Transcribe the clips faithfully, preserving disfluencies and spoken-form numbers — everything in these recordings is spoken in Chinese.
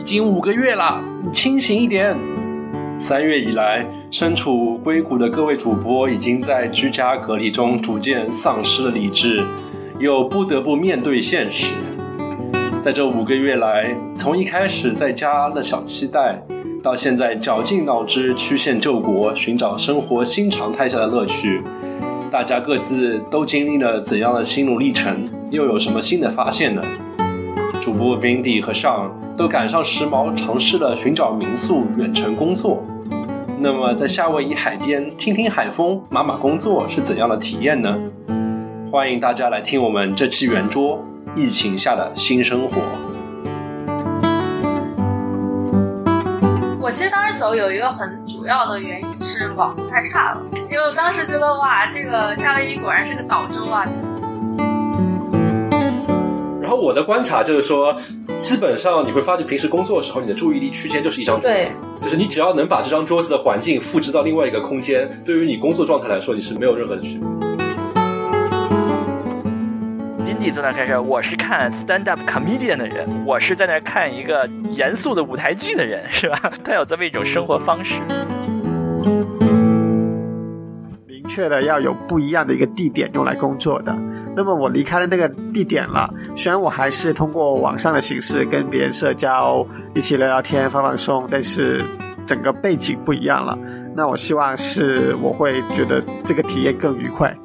已经五个月了，你清醒一点。三月以来，身处硅谷的各位主播已经在居家隔离中逐渐丧失了理智，又不得不面对现实。在这五个月来，从一开始在家的小期待，到现在绞尽脑汁曲线救国，寻找生活新常态下的乐趣，大家各自都经历了怎样的心路历程，又有什么新的发现呢？主播 Vindy 和Sean都赶上时髦，尝试了寻找民宿远程工作。那么在夏威夷海边听听海风，码码工作是怎样的体验呢？欢迎大家来听我们这期圆桌疫情下的新生活。 我其实当时走有一个很主要的原因是网速太差了，因为我当时觉得哇，这个夏威夷果然是个岛州啊。 然后我的观察就是说，基本上你会发觉平时工作的时候，你的注意力区间就是一张桌子，就是你只要能把这张桌子的环境复制到另外一个空间，对于你工作状态来说，你是没有任何的区别。 Vindy 坐那开始，我是看 stand up comedian 的人，我是在那看一个严肃的舞台剧的人，是吧？他有这么一种生活方式。 明确的要有不一样的一个地点用来工作的。那么我离开了那个地点了，虽然我还是通过网上的形式跟别人社交，一起聊聊天放放松，但是整个背景不一样了。那我希望是我会觉得这个体验更愉快。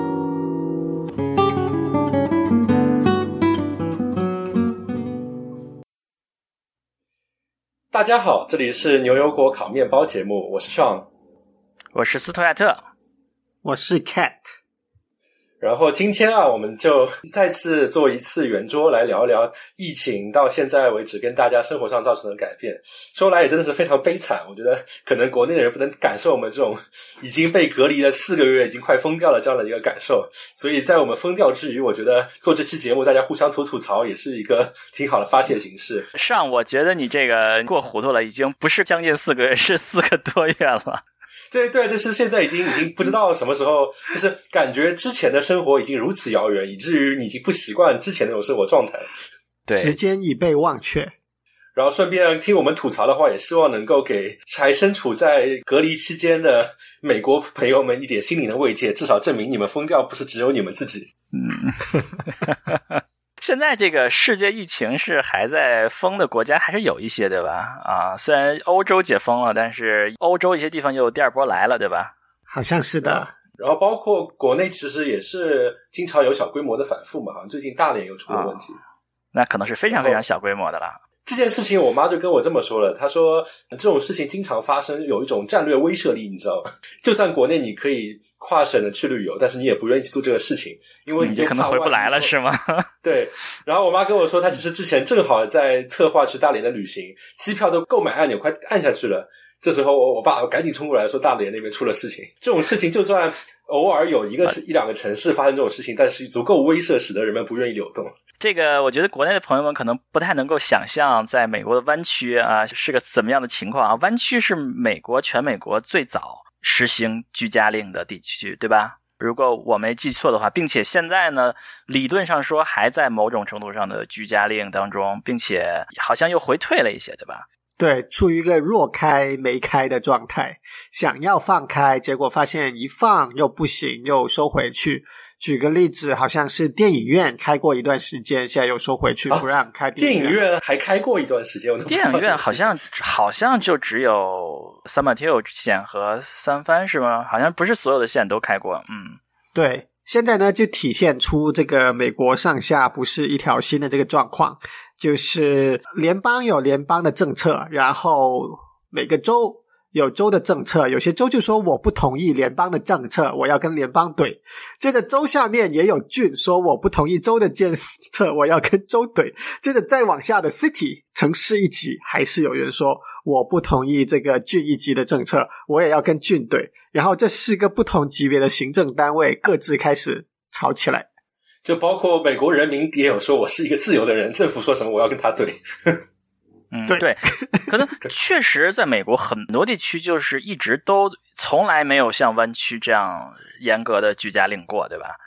大家好，这里是牛油果烤面包节目，我是 Sean， 我是斯图亚特， 我是 Cat。 然后今天啊，我们就再次做一次圆桌来聊一聊疫情到现在为止跟大家生活上造成的改变。说来也真的是非常悲惨，我觉得可能国内的人不能感受我们这种已经被隔离了四个月已经快疯掉了这样的一个感受，所以在我们疯掉之余，我觉得做这期节目大家互相吐吐槽也是一个挺好的发泄形式。 上我觉得你这个过糊涂了，已经不是将近四个月，是四个多月了。 对对，就是现在已经已经不知道什么时候，就是感觉之前的生活已经如此遥远，以至于你已经不习惯之前那种生活状态。 对， 时间已被忘却。 然后顺便听我们吐槽的话，也希望能够给还身处在隔离期间的美国朋友们一点心灵的慰藉，至少证明你们疯掉不是只有你们自己。 嗯。现在这个世界疫情是还在封的国家还是有一些，对吧？啊，虽然欧洲解封了，但是欧洲一些地方又有第二波来了，对吧？ 好像是的。 然后包括国内其实也是经常有小规模的反复嘛，好像最近大连又出了问题。 啊，那可能是非常非常小规模的了。 这件事情我妈就跟我这么说了，她说这种事情经常发生，有一种战略威慑力，你知道吗？就算国内你可以跨省的去旅游，但是你也不愿意做这个事情，因为你就可能回不来了，是吗？ 对。然后我妈跟我说，她其实之前正好在策划去大连的旅行，机票都购买按钮快按下去了，这时候我我爸赶紧冲过来说大连那边出了事情。这种事情就算偶尔有一个是一两个城市发生这种事情，但是足够威慑，使得人们不愿意流动。 这个我觉得国内的朋友们可能不太能够想象在美国的湾区啊是个怎么样的情况啊。湾区是美国全美国最早实行居家令的地区，对吧？如果我没记错的话，并且现在呢理论上说还在某种程度上的居家令当中，并且好像又回退了一些，对吧？ 对，处于一个若开没开的状态，想要放开，结果发现一放又不行，又收回去。举个例子，好像是电影院开过一段时间，现在又收回去，不让开电影院。 啊、电影院还开过一段时间，我都不知道。 电影院好像好像就只有San Mateo县和三藩是吗？好像不是所有的县都开过。嗯， 对。现在呢，就体现出这个美国上下不是一条心的这个状况，就是联邦有联邦的政策，然后每个州有州的政策，有些州就说我不同意联邦的政策，我要跟联邦怼。接着州下面也有郡说我不同意州的政策，我要跟州怼。接着再往下的 city 城市一级，还是有人说我不同意这个郡一级的政策，我也要跟郡怼。然后这四个不同级别的行政单位各自开始吵起来， 就包括美国人民也有说我是一个自由的人，政府说什么我要跟他怼。 嗯，对对，可能确实在美国很多地区就是一直都从来没有像湾区这样严格的居家令过，对吧？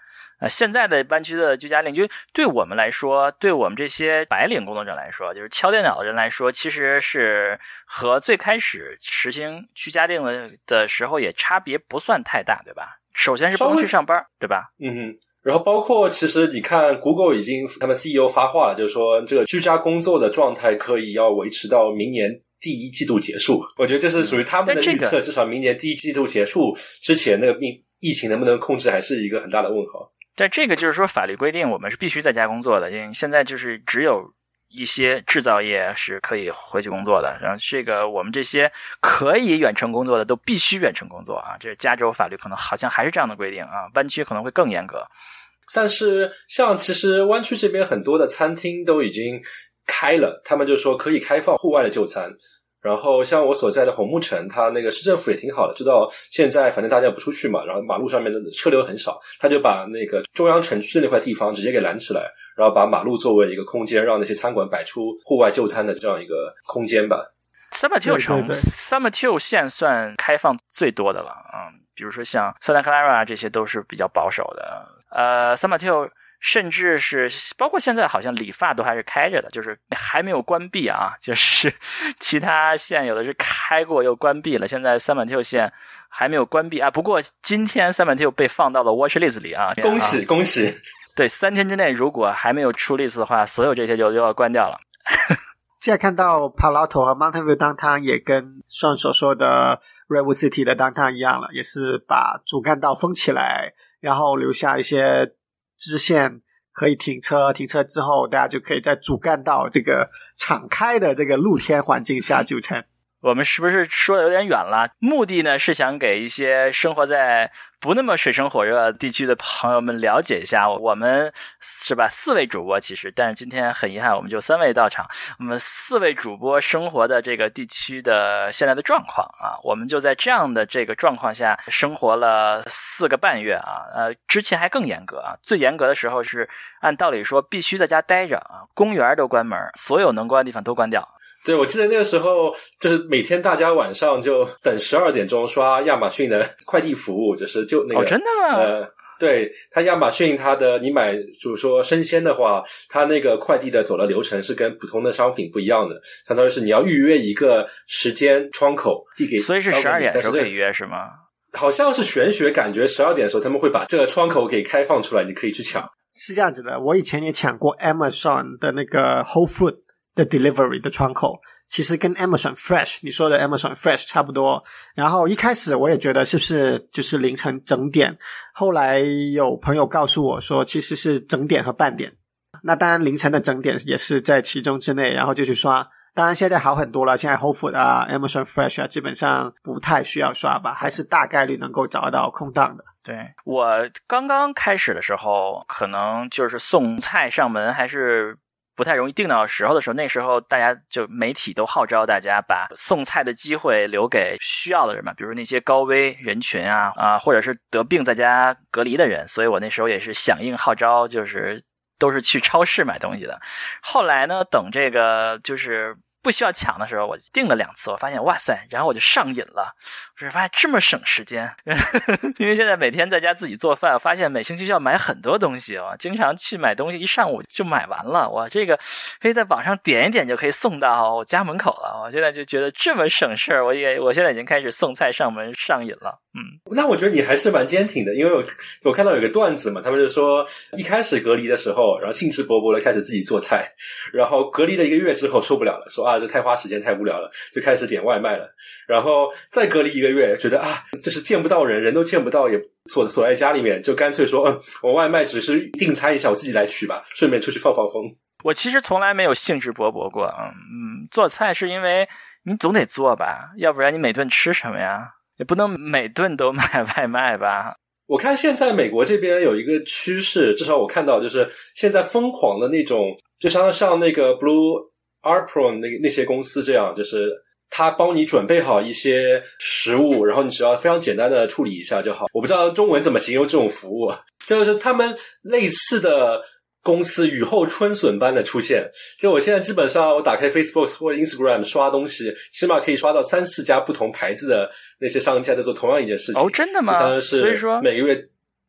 呃，现在的湾区的居家令，就对我们来说，对我们这些白领工作者来说，就是敲电脑的人来说，其实是和最开始实行居家令的的时候也差别不算太大，对吧？首先是不能去上班，对吧？ 嗯哼。然后包括其实你看 Google 已经他们 C E O 发话了，就是说这个居家工作的状态可以要维持到明年第一季度结束。我觉得这是属于他们的预测，嗯这个、至少明年第一季度结束之前那个疫疫情能不能控制还是一个很大的问号。 但这个就是说法律规定我们是必须在家工作的，因为现在就是只有一些制造业是可以回去工作的，然后这个我们这些可以远程工作的都必须远程工作啊，这是加州法律可能好像还是这样的规定啊，湾区可能会更严格。 但是像其实湾区这边很多的餐厅都已经开了，他们就说可以开放户外的就餐。然后像我所在的红木城，它那个市政府也挺好的，知道现在反正大家不出去嘛，然后马路上面的车流很少，他就把那个中央城区那块地方直接给拦起来，然后把马路作为一个空间，让那些餐馆摆出户外就餐的这样一个空间吧。 San Mateo 城 San Mateo 县算开放最多的了，嗯，比如说像 Santa Clara 这些都是比较保守的，呃 San Mateo 甚至是包括现在好像理发都还是开着的，就是还没有关闭啊，就是其他县有的是开过又关闭了，现在 San Mateo 县还没有关闭啊。不过今天 San Mateo 被放到了 watch list 里啊， 恭喜恭喜！ 对，三天之内如果还没有出 list 的话，所有这些就就要关掉了。 现在看到 Palo Alto 和 Mountain View Downtown 也跟Sean所说的 Redwood City 的 Downtown 一样了，也是把主干道封起来，然后留下一些支线可以停车，停车之后大家就可以在主干道这个敞开的这个露天环境下就餐。 我们是不是说的有点远了？目的呢是想给一些生活在不那么水深火热地区的朋友们了解一下，我们是吧四位主播其实，但是今天很遗憾我们就三位到场，我们四位主播生活的这个地区的现在的状况啊，我们就在这样的这个状况下生活了四个半月啊，呃，之前还更严格啊，最严格的时候是按道理说必须在家待着啊，公园都关门，所有能关的地方都关掉。 对，我记得那个时候就是每天大家晚上就等十二点钟刷亚马逊的快递服务，就是就那个哦，真的吗？ 呃，对，它亚马逊它的你买就是说生鲜的话，它那个快递的走的流程是跟普通的商品不一样的，相当于是你要预约一个时间窗口递给， 所以是十二点的时候可以约是吗？ 好像是玄学，感觉十二点的时候他们会把这个窗口给开放出来，你可以去抢。 是这样子的，我以前也抢过 Amazon 的那个 Whole Food的 delivery 的窗口，其实跟 Amazon Fresh 你说的 Amazon Fresh 差不多。然后一开始我也觉得是不是就是凌晨整点，后来有朋友告诉我说其实是整点和半点，那当然凌晨的整点也是在其中之内，然后就去刷。当然现在好很多了，现在 Whole Food 啊 Amazon Fresh 啊基本上不太需要刷吧，还是大概率能够找到空档的。 对，我刚刚开始的时候可能就是送菜上门还是不太容易订到时候的时候，那时候大家就媒体都号召大家把送菜的机会留给需要的人嘛，比如那些高危人群啊啊，或者是得病在家隔离的人，所以我那时候也是响应号召，就是都是去超市买东西的。后来呢，等这个就是不需要抢的时候，我订了两次，我发现哇塞，然后我就上瘾了，我是发现这么省时间因为现在每天在家自己做饭，我发现每星期要买很多东西，我经常去买东西一上午就买完了，我这个可以在网上点一点就可以送到我家门口了，我现在就觉得这么省事儿，我也我现在已经开始送菜上门上瘾了。嗯， 那我觉得你还是蛮坚挺的，因为我我看到有个段子嘛，他们就说一开始隔离的时候，然后兴致勃勃的开始自己做菜，然后隔离了一个月之后受不了了，说啊这太花时间太无聊了，就开始点外卖了，然后再隔离一个月觉得啊这是见不到人，人都见不到，也锁锁在家里面，就干脆说嗯我外卖只是订餐一下，我自己来取吧，顺便出去放放风。 我其实从来没有兴致勃勃过，嗯，做菜是因为你总得做吧，要不然你每顿吃什么呀？也不能每顿都买外卖吧。 我看现在美国这边有一个趋势，至少我看到就是现在疯狂的那种，就像像那个 Blue Apron 那那些公司这样，就是他帮你准备好一些食物，然后你只要非常简单的处理一下就好。我不知道中文怎么形容这种服务，就是他们类似的公司雨后春笋般的出现。就我现在基本上我打开 Facebook 或者 Instagram 刷东西，起码可以刷到三四家不同牌子的那些商家在做同样一件事情。 哦，真的吗？ 相当于是所以说每个月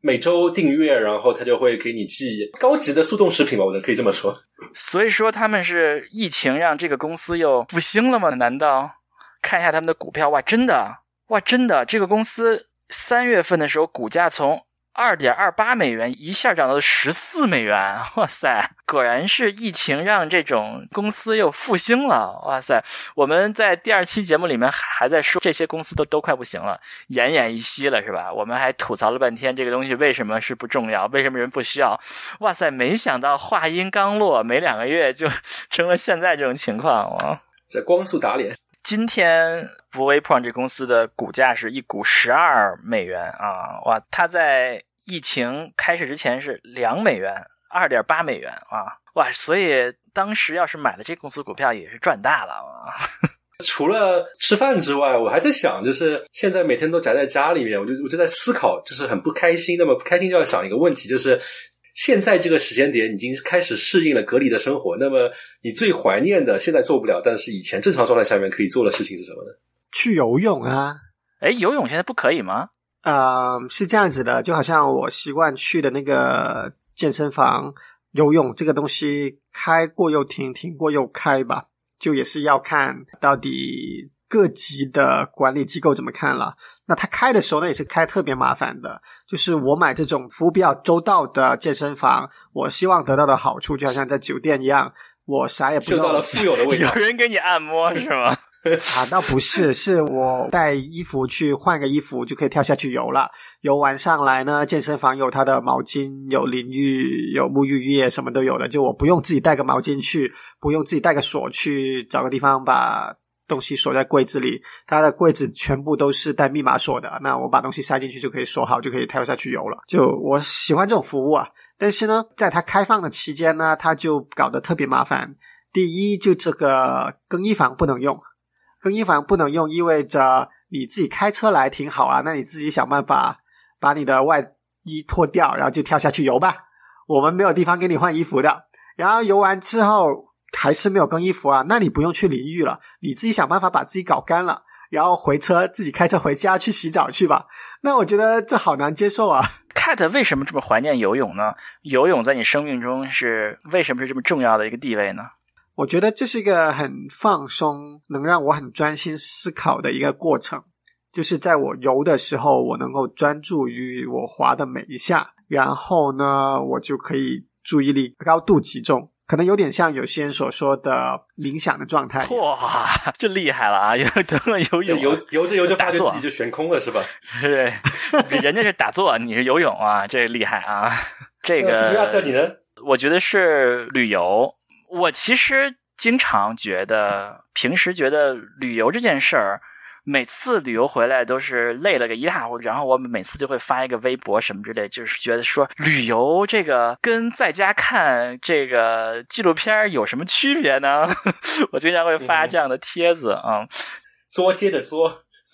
每周订阅，然后他就会给你寄高级的速冻食品吧，我可以这么说。 所以说他们是疫情让这个公司又复兴了吗？难道看一下他们的股票，哇，真的，哇，真的，这个公司三月份的时候股价从二点二八美元一下涨到了十四美元，哇塞，果然是疫情让这种公司又复兴了，哇塞。我们在第二期节目里面还在说这些公司都都快不行了，奄奄一息了，是吧？我们还吐槽了半天这个东西为什么是不重要，为什么人不需要，哇塞，没想到话音刚落，没两个月就成了现在这种情况了。 这光速打脸。 今天Waypoint这公司的股价是一股十二美元啊，哇，它在疫情开始之前是两美元，二点八美元啊，哇，所以当时要是买了这公司股票也是赚大了啊。 除了吃饭之外，我还在想，就是现在每天都宅在家里面，我就我就在思考，就是很不开心。那么不开心就要想一个问题，就是现在这个时间点已经开始适应了隔离的生活，那么你最怀念的现在做不了，但是以前正常状态下面可以做的事情是什么呢？ 去游泳啊。 诶，游泳现在不可以吗？ 呃，是这样子的，就好像我习惯去的那个健身房游泳，这个东西开过又停，停过又开吧，就也是要看到底各级的管理机构怎么看了。那他开的时候呢，也是开特别麻烦的，就是我买这种服务比较周到的健身房，我希望得到的好处就好像在酒店一样，我啥也不用， 嗅到了富有的味道。 有人给你按摩是吗？ 啊，倒不是，是我带衣服去换个衣服就可以跳下去游了。游完上来呢，健身房有它的毛巾，有淋浴，有沐浴液，什么都有的。就我不用自己带个毛巾去，不用自己带个锁去找个地方把东西锁在柜子里，它的柜子全部都是带密码锁的。那我把东西塞进去就可以锁好，就可以跳下去游了。就我喜欢这种服务啊，但是呢，在它开放的期间呢，它就搞得特别麻烦。第一，就这个更衣房不能用。更衣房不能用意味着你自己开车来挺好啊，那你自己想办法把你的外衣脱掉，然后就跳下去游吧，我们没有地方给你换衣服的。然后游完之后还是没有更衣服啊，那你不用去淋浴了，你自己想办法把自己搞干了，然后回车自己开车回家去洗澡去吧。那我觉得这好难接受啊。 Cat 为什么这么怀念游泳呢？游泳在你生命中是为什么是这么重要的一个地位呢？ 我觉得这是一个很放松，能让我很专心思考的一个过程。就是在我游的时候，我能够专注于我划的每一下，然后呢，我就可以注意力高度集中，可能有点像有些人所说的冥想的状态。 哇，这厉害了啊！游等了游泳， 游游着游着发觉自己就悬空了，是吧？ 对，人家是打坐，你是游泳啊，这厉害啊！这个斯图亚特你呢？ 我觉得是旅游。我其实经常觉得，平时觉得旅游这件事儿，每次旅游回来都是累了个一塌糊涂，然后我们每次就会发一个微博什么之类，就是觉得说旅游这个跟在家看这个纪录片有什么区别呢？我经常会发这样的帖子啊， 作接着作。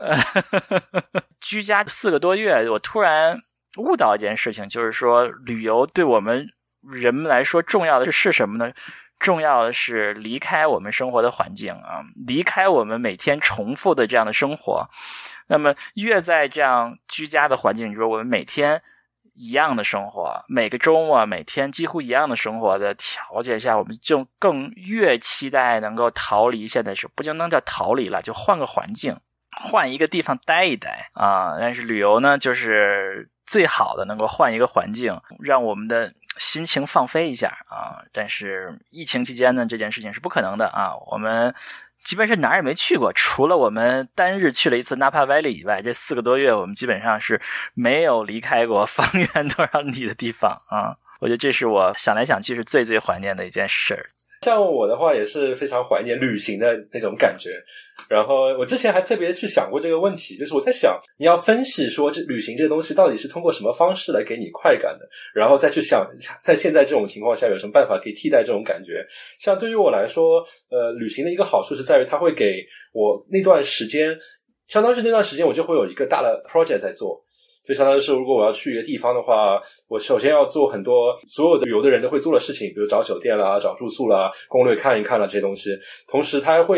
居家四个多月，我突然悟到一件事情，就是说旅游对我们人们来说重要的是什么呢？重要的是离开我们生活的环境啊，离开我们每天重复的这样的生活。那么越在这样居家的环境里，我们每天一样的生活，每个周末每天几乎一样的生活的条件下，我们就更越期待能够逃离现在是不就能叫逃离了，就换个环境，换一个地方待一待啊。但是旅游呢，就是最好的能够换一个环境，让我们的心情放飞一下啊！但是疫情期间呢，这件事情是不可能的啊！我们基本上哪儿也没去过，除了我们单日去了一次 Napa Valley 以外，这四个多月我们基本上是没有离开过方圆多少里的地方啊！我觉得这是我想来想去是最最怀念的一件事儿。 像我的话也是非常怀念旅行的那种感觉，然后我之前还特别去想过这个问题，就是我在想你要分析说这旅行这个东西到底是通过什么方式来给你快感的，然后再去想在现在这种情况下有什么办法可以替代这种感觉。像对于我来说呃，旅行的一个好处是在于它会给我那段时间，相当于是那段时间我就会有一个大的 project 在做，就相当于是如果我要去一个地方的话，我首先要做很多所有的旅游的人都会做的事情，比如找酒店啦，找住宿啦，攻略看一看啦，这些东西。同时它还会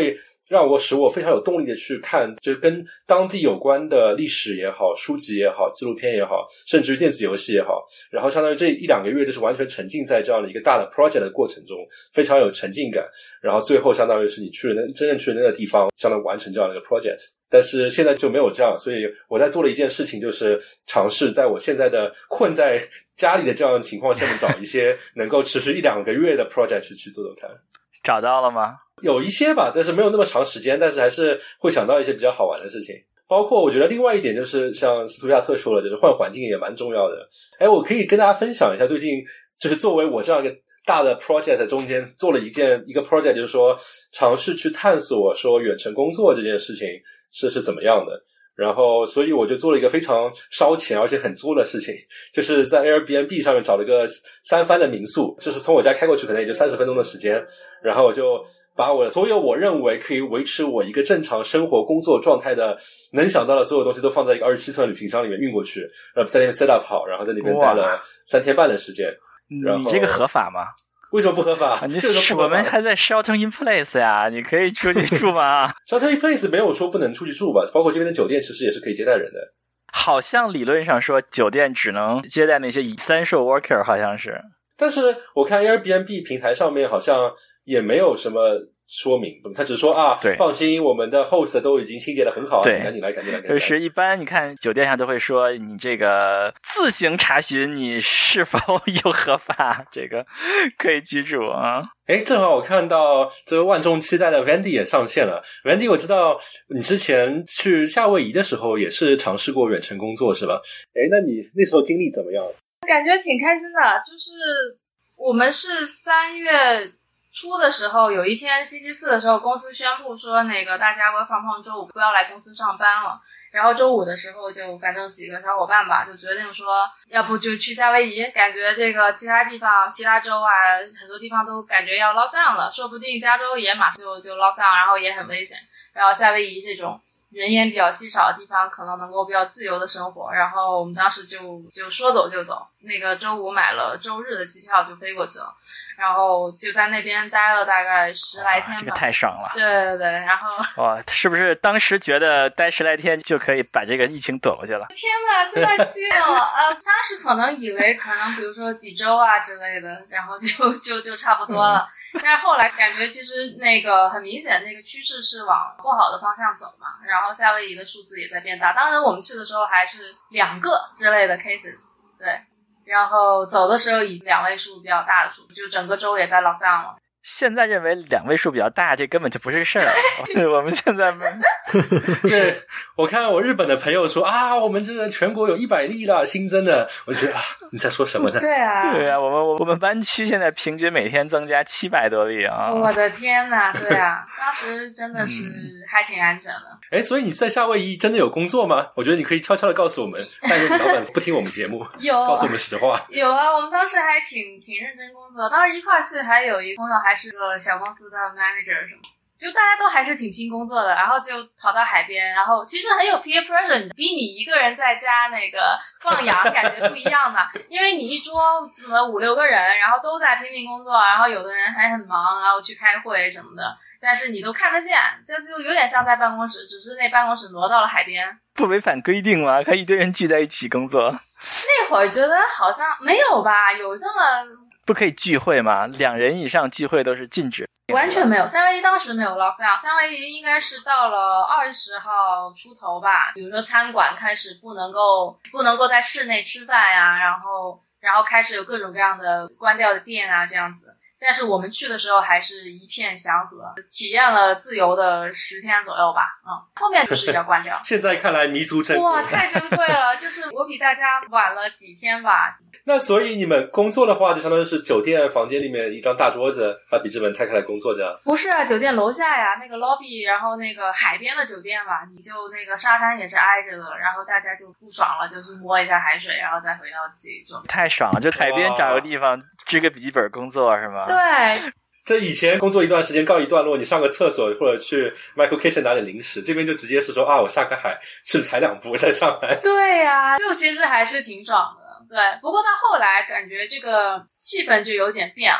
让我使我非常有动力的去看，就是跟当地有关的历史也好，书籍也好，纪录片也好，甚至于电子游戏也好，然后相当于这一两个月就是完全沉浸在这样的一个大的 project 的过程中，非常有沉浸感，然后最后相当于是你去了那真正去了那个地方，相当于完成这样的一个 project。但是现在就没有这样，所以我在做了一件事情，就是尝试在我现在的困在家里的这样的情况下面找一些能够持续一两个月的 project 去去做做看。 找到了吗？ 有一些吧，但是没有那么长时间，但是还是会想到一些比较好玩的事情。包括我觉得另外一点就是像斯图亚特说了，就是换环境也蛮重要的。哎，我可以跟大家分享一下最近就是作为我这样一个大的 project 中间做了一件一个 project， 就是说尝试去探索说远程工作这件事情是是怎么样的。然后所以我就做了一个非常烧钱而且很作的事情，就是在 Airbnb 上面找了个三番的民宿，就是从我家开过去可能也就三十分钟的时间，然后我就把我所有我认为可以维持我一个正常生活工作状态的能想到的所有东西都放在一个二十七寸的旅行箱里面运过去，然后在那边 set up 好，然后在那边待了三天半的时间。然后你这个合法吗？ 为什么不合法？ 啊、你是我们还在 shelter in place 呀，你可以出去住吗？ shelter in place 没有说不能出去住吧，包括这边的酒店其实也是可以接待人的。 好像理论上说酒店只能接待那些 essential worker， 好像是。 但是我看 Airbnb 平台上面好像也没有什么说明，他只说啊，放心，我们的 host 都已经清洁得很好， 对， 赶紧来，赶紧来，赶紧来。 就是一般你看酒店上都会说，你这个自行查询你是否有合法，这个可以居住啊。 诶，正好我看到这个万众期待的 Wendy 也上线了。Wendy， 我知道你之前去夏威夷的时候也是尝试过远程工作是吧？诶，那你那时候经历怎么样？ 感觉挺开心的，就是我们是三月初的时候，有一天星期四的时候，公司宣布说那个大家 work from home， 周五不要来公司上班了。然后周五的时候就反正几个小伙伴吧就决定说要不就去夏威夷，感觉这个其他地方其他州啊很多地方都感觉要 lock down 了，说不定加州也马上就就 lock down， 然后也很危险，然后夏威夷这种人烟比较稀少的地方可能能够比较自由的生活，然后我们当时就就说走就走，那个周五买了周日的机票就飞过去了，然后就在那边待了大概十来天吧。 这个太爽了。 对对对，然后哇，是不是当时觉得待十来天就可以把这个疫情躲过去了？ 天哪，现在去了呃，当时可能以为可能比如说几周啊之类的，然后就就就差不多了。嗯、但是后来感觉其实那个很明显，那个趋势是往不好的方向走嘛。然后夏威夷的数字也在变大，当然我们去的时候还是两个之类的 cases， 对。然后走的时候以两位数比较大的数，就整个州也在 lockdown 了。 现在认为两位数比较大，这根本就不是事儿。我们现在对，我看我日本的朋友说啊，我们这个全国有一百例了新增的，我觉得啊，你在说什么呢？ 对啊， 对啊，我们我们湾区现在平均每天增加七百多例啊！ 我的天哪，对啊，当时真的是还挺安全的。 哎、嗯，所以你在夏威夷真的有工作吗？我觉得你可以悄悄的告诉我们，但是你老板不听我们节目， 有告诉我们实话。 有啊，我们当时还挺挺认真工作，当时一块去还有一个朋友还是个小公司的 manager 什么，就大家都还是挺拼工作的，然后就跑到海边，然后其实很有 peer pressure， 比你一个人在家那个放羊感觉不一样的，因为你一桌怎么五六个人，然后都在拼命工作，然后有的人还很忙，然后去开会什么的，但是你都看得见，就就有点像在办公室，只是那办公室挪到了海边。 不违反规定吗？可以一堆人聚在一起工作？ 那会儿觉得好像没有吧，有这么。 不可以聚会吗？两人以上聚会都是禁止。 完全没有，夏威夷当时没有 lockdown， 夏威夷应该是到了二十号出头吧。比如说餐馆开始不能够不能够在室内吃饭呀，然后然后开始有各种各样的关掉的店啊这样子。但是我们去的时候还是一片祥和，体验了自由的十天左右吧。嗯，后面就是要关掉。 现在看来弥足珍贵。 哇，太珍贵了！就是我比大家晚了几天吧。 那所以你们工作的话，就相当于是酒店房间里面一张大桌子，把笔记本摊开来工作这样？ 不是啊，酒店楼下呀，那个 lobby， 然后那个海边的酒店嘛，你就那个沙滩也是挨着的，然后大家就不爽了，就是摸一下海水，然后再回到自己桌。 太爽了，就海边找个地方支个笔记本工作是吗？ 对。 这以前工作一段时间告一段落，你上个厕所或者去 Michael Kitchen 拿点零食，这边就直接是说啊，我下个海去踩两步再上来。 对呀、啊，就其实还是挺爽的。对，不过到后来感觉这个气氛就有点变了。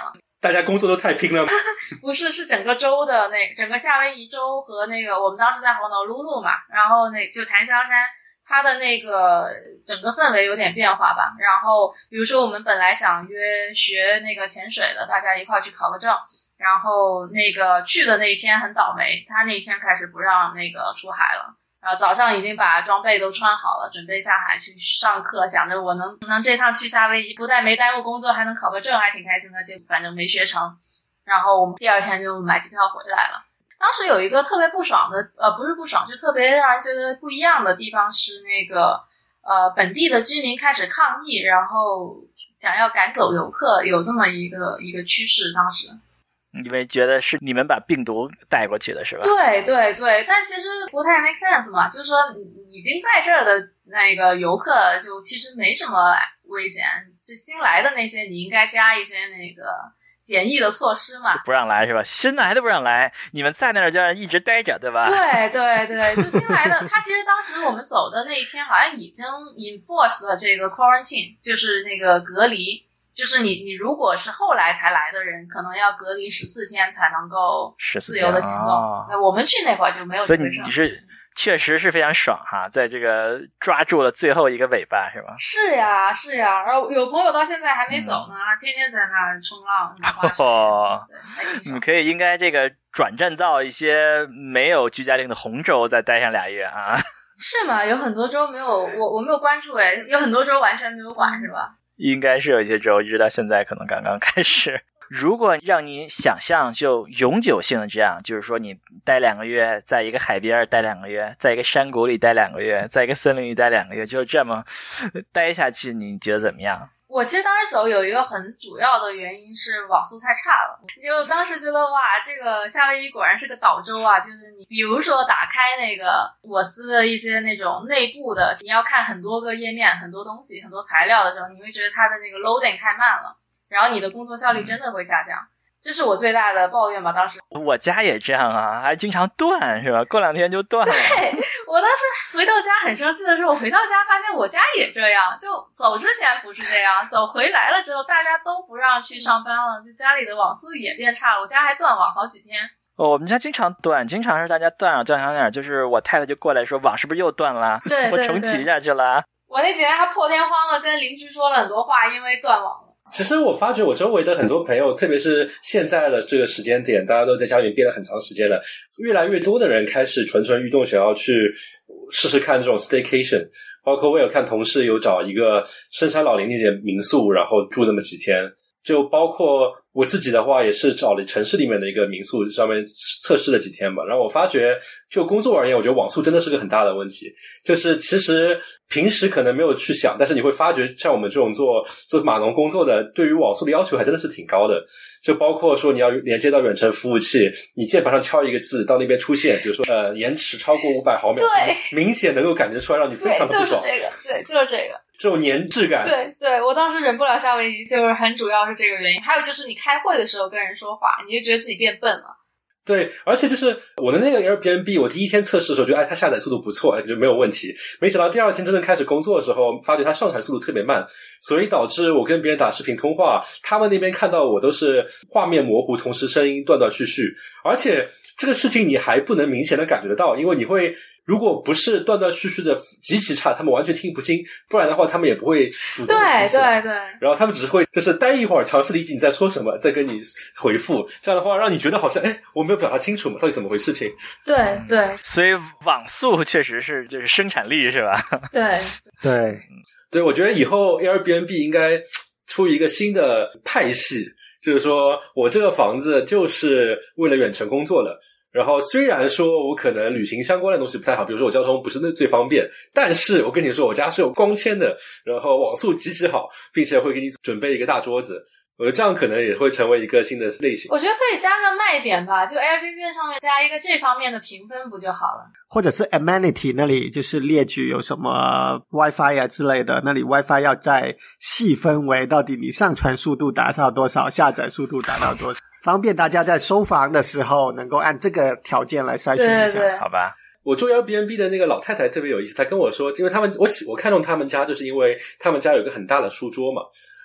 大家工作都太拼了。 不是，是整个州的那整个夏威夷州和那个我们当时在红头露露嘛，然后那就檀香山，它的那个整个氛围有点变化吧。然后比如说我们本来想约学那个潜水的，大家一块去考个证，然后那个去的那一天很倒霉，他那一天开始不让那个出海了。然后早上已经把装备都穿好了，准备下海去上课，想着我能能这趟去夏威夷不但没耽误工作，还能考个证，还挺开心的。结果反正没学成，然后我们第二天就买机票回来了。当时有一个特别不爽的，呃，不是不爽，就特别让人觉得不一样的地方是那个，呃，本地的居民开始抗议，然后想要赶走游客，有这么一个一个趋势。当时。 因为觉得是你们把病毒带过去的是吧？ 对对对，但其实不太 make sense 嘛，就是说已经在这儿的那个游客就其实没什么危险，就新来的那些你应该加一些那个检疫的措施嘛， 不让来是吧？新来的不让来，你们在那儿就让一直待着，对吧？ 对对对，就新来的，他其实当时我们走的那一天好像已经 enforce 了这个 quarantine， 就是那个隔离。就是你，你如果是后来才来的人，可能要隔离十四天才能够自由的行动。那、哦、我们去那会儿就没有这个事。 所以你是确实是非常爽哈，在这个抓住了最后一个尾巴，是吧？ 是呀，是呀。然后有朋友到现在还没走呢，嗯、天天在那儿冲浪、滑水。 哦， 对，还挺爽。 你可以应该这个转战到一些没有居家令的红州，再待上俩月啊。 是吗？有很多州没有，我我没有关注哎，有很多州完全没有管，是吧？ 应该是有一些州一直到现在可能刚刚开始。如果让你想象就永久性的这样，就是说你待两个月，在一个海边待两个月，在一个山谷里待两个月，在一个森林里待两个月，就这么待下去，你觉得怎么样？ 我其实当时走有一个很主要的原因是网速太差了，就当时觉得哇，这个夏威夷果然是个岛州啊，就是你比如说打开那个果丝的一些那种内部的，你要看很多个页面、很多东西、很多材料的时候，你会觉得它的那个 loading 太慢了，然后你的工作效率真的会下降。这是我最大的抱怨吧，当时。 我家也这样啊，还经常断是吧？过两天就断了。 对，我当时回到家很生气的是，我回到家发现我家也这样，就走之前不是这样，走回来了之后大家都不让去上班了，就家里的网速也变差了，我家还断网好几天。 哦，我们家经常断，经常是大家断啊断上点，就是我太太就过来说网是不是又断了？ 对对对， 我重启一下去了。 我那几天还破天荒的跟邻居说了很多话，因为断网了。 其实我发觉我周围的很多朋友，特别是现在的这个时间点，大家都在家里面憋了很长时间了，越来越多的人开始蠢蠢欲动，想要去试试看这种 staycation。包括我有看同事有找一个深山老林里的民宿，然后住那么几天。就包括我自己的话，也是找了城市里面的一个民宿，上面测试了几天吧。然后我发觉，就工作而言，我觉得网速真的是个很大的问题。就是其实平时可能没有去想，但是你会发觉，像我们这种做做码农工作的，对于网速的要求还真的是挺高的。就包括说你要连接到远程服务器，你键盘上敲一个字到那边出现，比如说呃延迟超过五百毫秒， 对， 明显能够感觉出来，让你非常的不爽。 对，就是这个，对，就是这个。 这种粘滞感。 对对，我当时忍不了夏威夷，就是很主要是这个原因。还有就是你开会的时候跟人说话，你就觉得自己变笨了。 对，而且就是我的那个 Airbnb， 我第一天测试的时候觉得哎，它下载速度不错，就没有问题。没想到第二天真正开始工作的时候，发觉它上传速度特别慢，所以导致我跟别人打视频通话，他们那边看到我都是画面模糊，同时声音断断续续。而且这个事情你还不能明显的感觉得到，因为你会如果不是断断续续的极其差，他们完全听不清，不然的话他们也不会主动的对对对， 然后他们只会就是待一会儿尝试理解你在说什么，再跟你回复，这样的话让你觉得好像哎我没有表达清楚嘛，到底怎么回事情。 对对， 所以网速确实是就是生产力是吧？ 对对对，我觉得以后 Airbnb 应该出一个新的派系，就是说我这个房子就是为了远程工作的，然后虽然说我可能旅行相关的东西不太好，比如说我交通不是那最方便，但是我跟你说我家是有光纤的，然后网速极其好，并且会给你准备一个大桌子，我觉得这样可能也会成为一个新的类型。 我觉得可以加个卖点吧，就 Airbnb 上面加一个这方面的评分不就好了。 或者是 amenity 那里就是列举有什么 Wi-Fi 啊之类的，那里 Wi-Fi 要再细分为到底你上传速度达到多少，下载速度达到多少，方便大家在收房的时候能够按这个条件来筛选一下。 对对， 好吧。 我住 Airbnb 的那个老太太特别有意思，她跟我说，因为他们我喜我看中他们家就是因为他们家有一个很大的书桌嘛，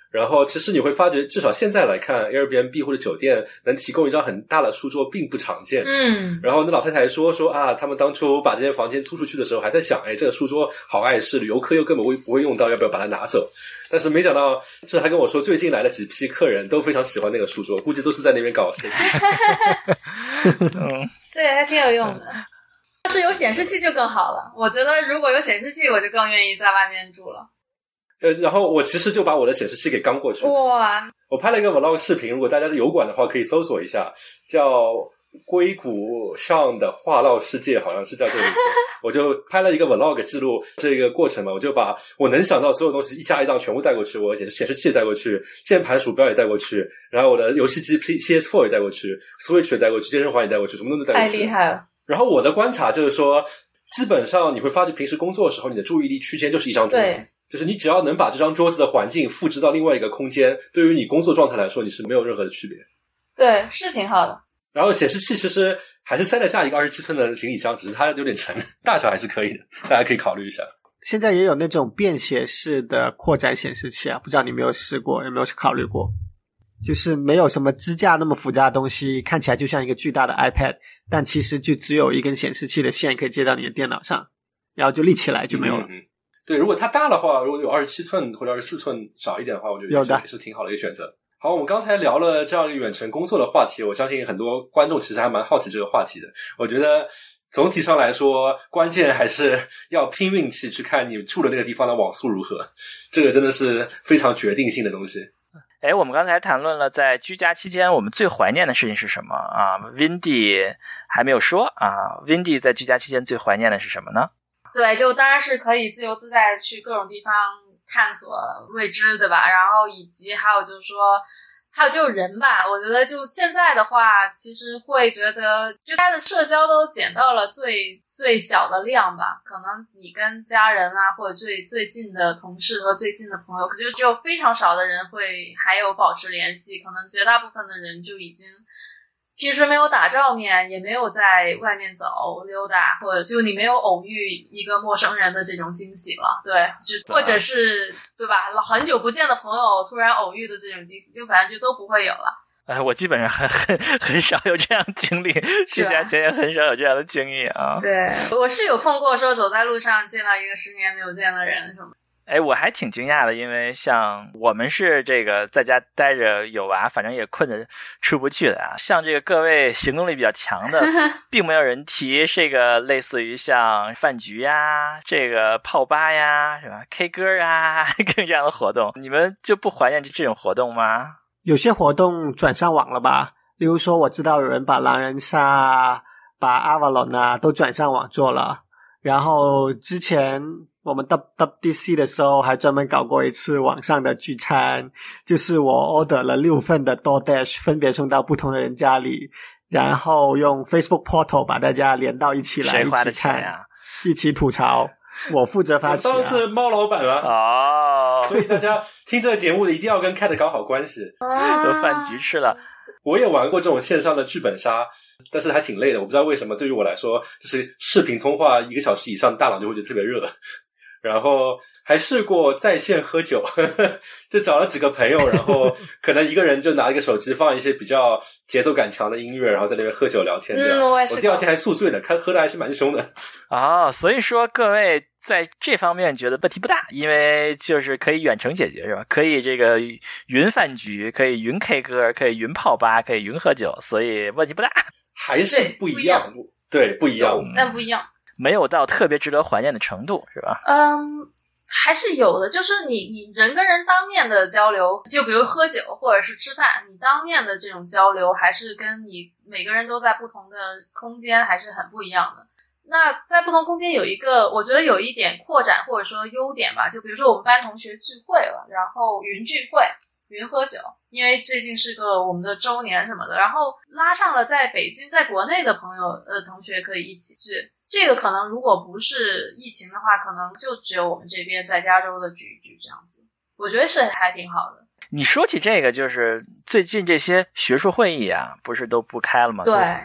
然后其实你会发觉，至少现在来看 Airbnb 或者酒店能提供一张很大的书桌并不常见。 嗯， 然后那老太太说说啊，他们当初把这间房间租出去的时候还在想，哎，这个书桌好碍事，旅游客又根本不会不会用到，要不要把它拿走？但是没想到，这还跟我说最近来的几批客人都非常喜欢那个书桌，估计都是在那边搞 C P。 嗯， 对，还挺有用的。要是有显示器就更好了，我觉得如果有显示器我就更愿意在外面住了。 呃，然后我其实就把我的显示器给刚过去。 哇！ 我拍了一个 vlog 视频，如果大家是油管的话，可以搜索一下，叫硅谷上的话唠世界，好像是叫这个名字。我就拍了一个 vlog 记录这个过程嘛，我就把我能想到所有东西一家一档全部带过去，我显示器也带过去，键盘鼠标也带过去，然后我的游戏机 P S 四 也带过去， Switch 也带过去，健身环也带过去，什么东西带过去。 太厉害了。然后我的观察就是说，基本上你会发觉平时工作的时候，你的注意力区间就是一张桌子。对，就是你只要能把这张桌子的环境复制到另外一个空间，对于你工作状态来说，你是没有任何的区别。 对，是挺好的。 然后显示器其实还是塞得下一个二十七寸的行李箱，只是它有点沉，大小还是可以的，大家可以考虑一下。 现在也有那种便携式的扩展显示器啊，不知道你有没有试过，有没有考虑过？就是没有什么支架那么复杂的东西，看起来就像一个巨大的 iPad， 但其实就只有一根显示器的线可以接到你的电脑上，然后就立起来就没有了。 嗯嗯，对，如果它大的话，如果有二十七寸或者二十四寸少一点的话，我觉得也是挺好的一个选择。好，我们刚才聊了这样一个远程工作的话题，我相信很多观众其实还蛮好奇这个话题的。我觉得总体上来说，关键还是要拼运气去看你住的那个地方的网速如何，这个真的是非常决定性的东西。 哎，我们刚才谈论了在居家期间我们最怀念的事情是什么啊 ？Windy 还没有说啊 ，Windy 在居家期间最怀念的是什么呢？ 对，就当然是可以自由自在的去各种地方探索未知，对吧？然后以及还有就是说，还有就是人吧，我觉得就现在的话，其实会觉得就大家的社交都减到了最最小的量吧。可能你跟家人啊，或者最最近的同事和最近的朋友，可就只有非常少的人会还有保持联系，可能绝大部分的人就已经平时没有打照面，也没有在外面走溜达，或者就你没有偶遇一个陌生人的这种惊喜了，对，就或者是对吧，很久不见的朋友突然偶遇的这种惊喜，就反正就都不会有了。 哎，我基本上很很很少有这样的经历，居家前也很少有这样的经历啊。 对，我是有碰过说走在路上见到一个十年没有见的人什么。 哎，我还挺惊讶的，因为像我们是这个在家待着有娃，反正也困着出不去的啊。像这个各位行动力比较强的，并没有人提这个类似于像饭局呀、这个泡吧呀、是吧 K 歌啊各种这样的活动，你们就不怀念这种活动吗？ 有些活动转上网了吧？例如说，我知道有人把狼人杀、把 Avalon 啊都转上网做了，然后之前我们 W W D C 的时候还专门搞过一次网上的聚餐，就是我 order 了六份的 DoorDash 分别送到不同的人家里，然后用 Facebook Portal 把大家连到一起来， 谁花的钱呀？ 一起吐槽，我负责发起、啊、 当然是猫老板了哦， 所以大家听这个节目的一定要跟 Cat 搞好关系， 有饭局吃了。 我也玩过这种线上的剧本杀，但是还挺累的，我不知道为什么对于我来说，就是视频通话一个小时以上，大脑就会觉得特别热。然后还试过在线喝酒，呵呵，就找了几个朋友，然后可能一个人就拿一个手机放一些比较节奏感强的音乐，然后在那边喝酒聊天这样。 嗯、我, 我第二天还宿醉了，看喝的还是蛮凶的。 哦，所以说各位在这方面觉得问题不大，因为就是可以远程解决，是吧？可以这个云饭局，可以云 K 歌，可以云泡吧，可以云喝酒，所以问题不大。 还是不一样，对，不一样， 但不一样。 没有到特别值得怀念的程度，是吧？ 嗯，还是有的。就是你你人跟人当面的交流，就比如喝酒或者是吃饭，你当面的这种交流，还是跟你每个人都在不同的空间，还是很不一样的。那在不同空间有一个，我觉得有一点扩展或者说优点吧，就比如说我们班同学聚会了，然后云聚会、云喝酒，因为最近是个我们的周年什么的，然后拉上了在北京、在国内的朋友呃同学可以一起聚。这个可能如果不是疫情的话，可能就只有我们这边在加州的聚一聚这样子，我觉得是还挺好的。 你说起这个，就是最近这些学术会议啊，不是都不开了吗？ 对，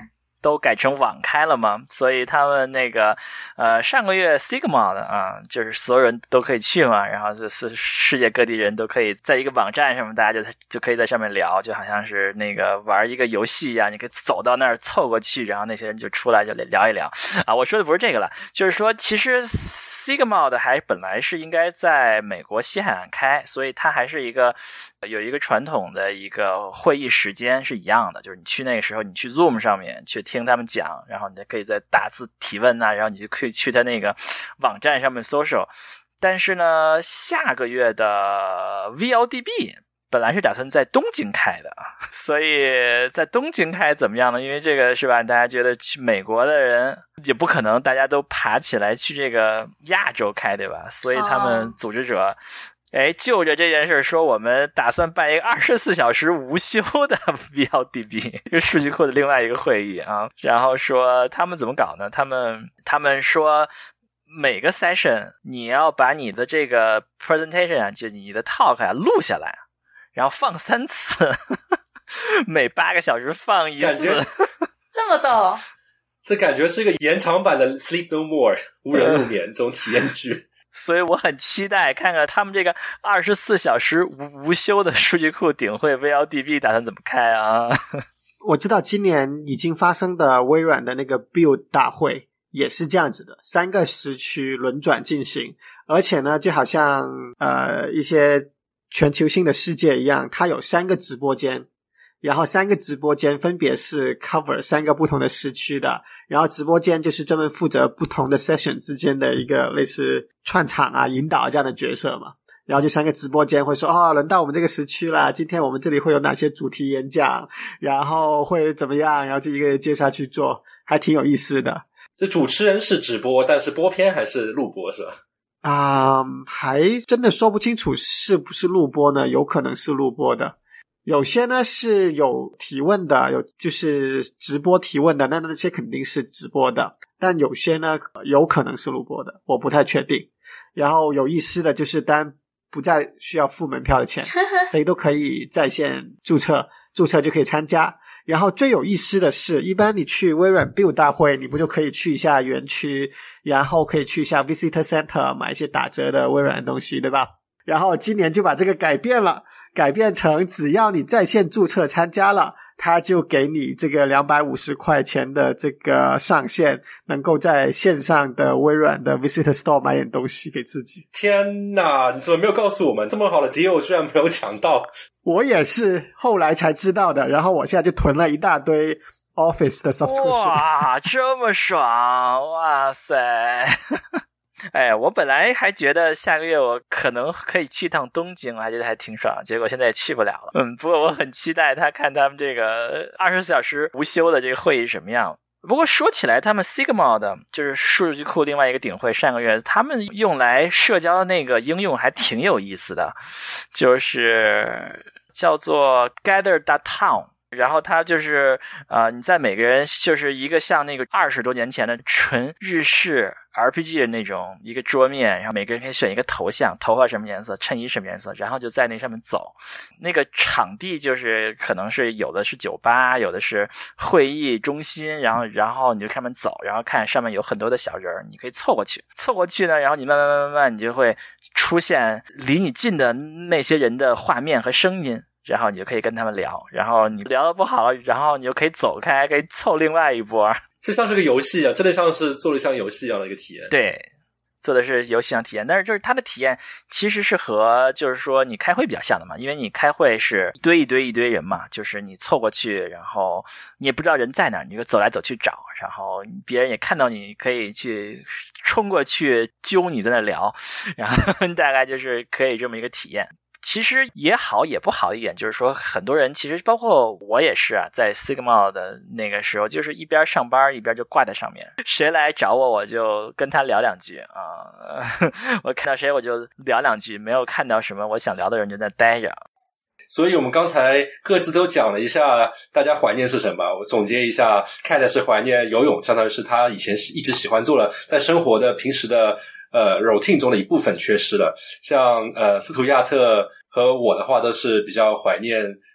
都改成网开了嘛，所以他们那个呃上个月 Sigma 的啊，就是所有人都可以去嘛，然后就是世界各地人都可以在一个网站上面，大家就就可以在上面聊，就好像是那个玩一个游戏一样，你可以走到那儿凑过去，然后那些人就出来就聊一聊啊。我说的不是这个了，就是说其实 Sigma 的还本来是应该在美国西海岸开，所以它还是一个有一个传统的一个会议时间是一样的，就是你去那个时候你去 Zoom 上面去听他们讲，然后你就可以在打字提问啊，然后你就可以去他那个网站上面搜索。但是呢下个月的 V L D B 本来是打算在东京开的，所以在东京开怎么样呢？因为这个是吧，大家觉得去美国的人也不可能大家都爬起来去这个亚洲开，对吧？所以他们组织者、oh. 哎，就着这件事说，我们打算办一个二十四小时无休的 V L D B， 这个数据库的另外一个会议啊。然后说他们怎么搞呢？他们他们说每个 session 你要把你的这个 presentation 啊，就你的 talk 啊录下来，然后放三次，每八个小时放一次， 这么逗。 这感觉是一个延长版的 Sleep No More 无人入眠这种体验剧。 所以我很期待看看他们这个二十四小时无无休的数据库顶会 V L D B 打算怎么开啊。 我知道今年已经发生的微软的那个 Build 大会也是这样子的，三个时区轮转进行，而且呢就好像呃一些全球性的世界一样，它有三个直播间，然后三个直播间分别是 cover 三个不同的时区的，然后直播间就是专门负责不同的 session 之间的一个类似串场啊引导这样的角色嘛。然后就三个直播间会说哦，轮到我们这个时区啦，今天我们这里会有哪些主题演讲，然后会怎么样，然后就一个一个接下去做，还挺有意思的。 这主持人是直播，但是播片还是录播是吧？ 啊、嗯，还真的说不清楚是不是录播呢，有可能是录播的。有些呢是有提问的，有就是直播提问的，那那些肯定是直播的，但有些呢有可能是录播的，我不太确定。然后有意思的就是当然不再需要付门票的钱，谁都可以在线注册，注册就可以参加。然后最有意思的是，一般你去微软 Build 大会，你不就可以去一下园区，然后可以去一下 Visitor Center 买一些打折的微软的东西，对吧？然后今年就把这个改变了，改变成只要你在线注册参加了，他就给你这个两百五十块钱的这个上限，能够在线上的微软的 Visitor Store 买点东西给自己。 天哪，你怎么没有告诉我们？这么好的 deal 居然没有抢到。 我也是后来才知道的，然后我现在就囤了一大堆 Office 的 subscription。 哇，这么爽，哇塞。哎，我本来还觉得下个月我可能可以去一趟东京，我还觉得还挺爽，结果现在也去不了了。嗯，不过我很期待他看他们这个二十四小时无休的这个会议是什么样。不过说起来，他们 Sigma 的就是数据库另外一个顶会，上个月他们用来社交的那个应用还挺有意思的，就是叫做 Gather dot town。然后它就是呃，你在每个人就是一个像那个二十多年前的纯日式 R P G 的那种一个桌面，然后每个人可以选一个头像，头发什么颜色，衬衣什么颜色，然后就在那上面走。那个场地就是可能是有的是酒吧，有的是会议中心，然后然后你就开门走，然后看上面有很多的小人，你可以凑过去，凑过去呢，然后你慢慢慢慢慢，你就会出现离你近的那些人的画面和声音。然后你就可以跟他们聊，然后你聊得不好，然后你就可以走开，可以凑另外一波。 就像是个游戏啊，真的像是做了像游戏一样的一个体验。 对，做的是游戏上体验，但是就是它的体验其实是和就是说你开会比较像的嘛，因为你开会是一堆一堆一堆人嘛，就是你凑过去，然后你也不知道人在哪，你就走来走去找，然后别人也看到你可以去冲过去揪你在那聊，然后大概就是可以这么一个体验。其实也好也不好一点，就是说很多人其实包括我也是啊，在 Sigma 的那个时候就是一边上班一边就挂在上面，谁来找我我就跟他聊两句啊，我看到谁我就聊两句，没有看到什么我想聊的人就在待着。 所以我们刚才各自都讲了一下大家怀念是什么，我总结一下， Cat 是怀念游泳，相当于是他以前一直喜欢做了，在生活的平时的呃 routine 中的一部分缺失了。像呃斯图亚特和我的话都是比较怀念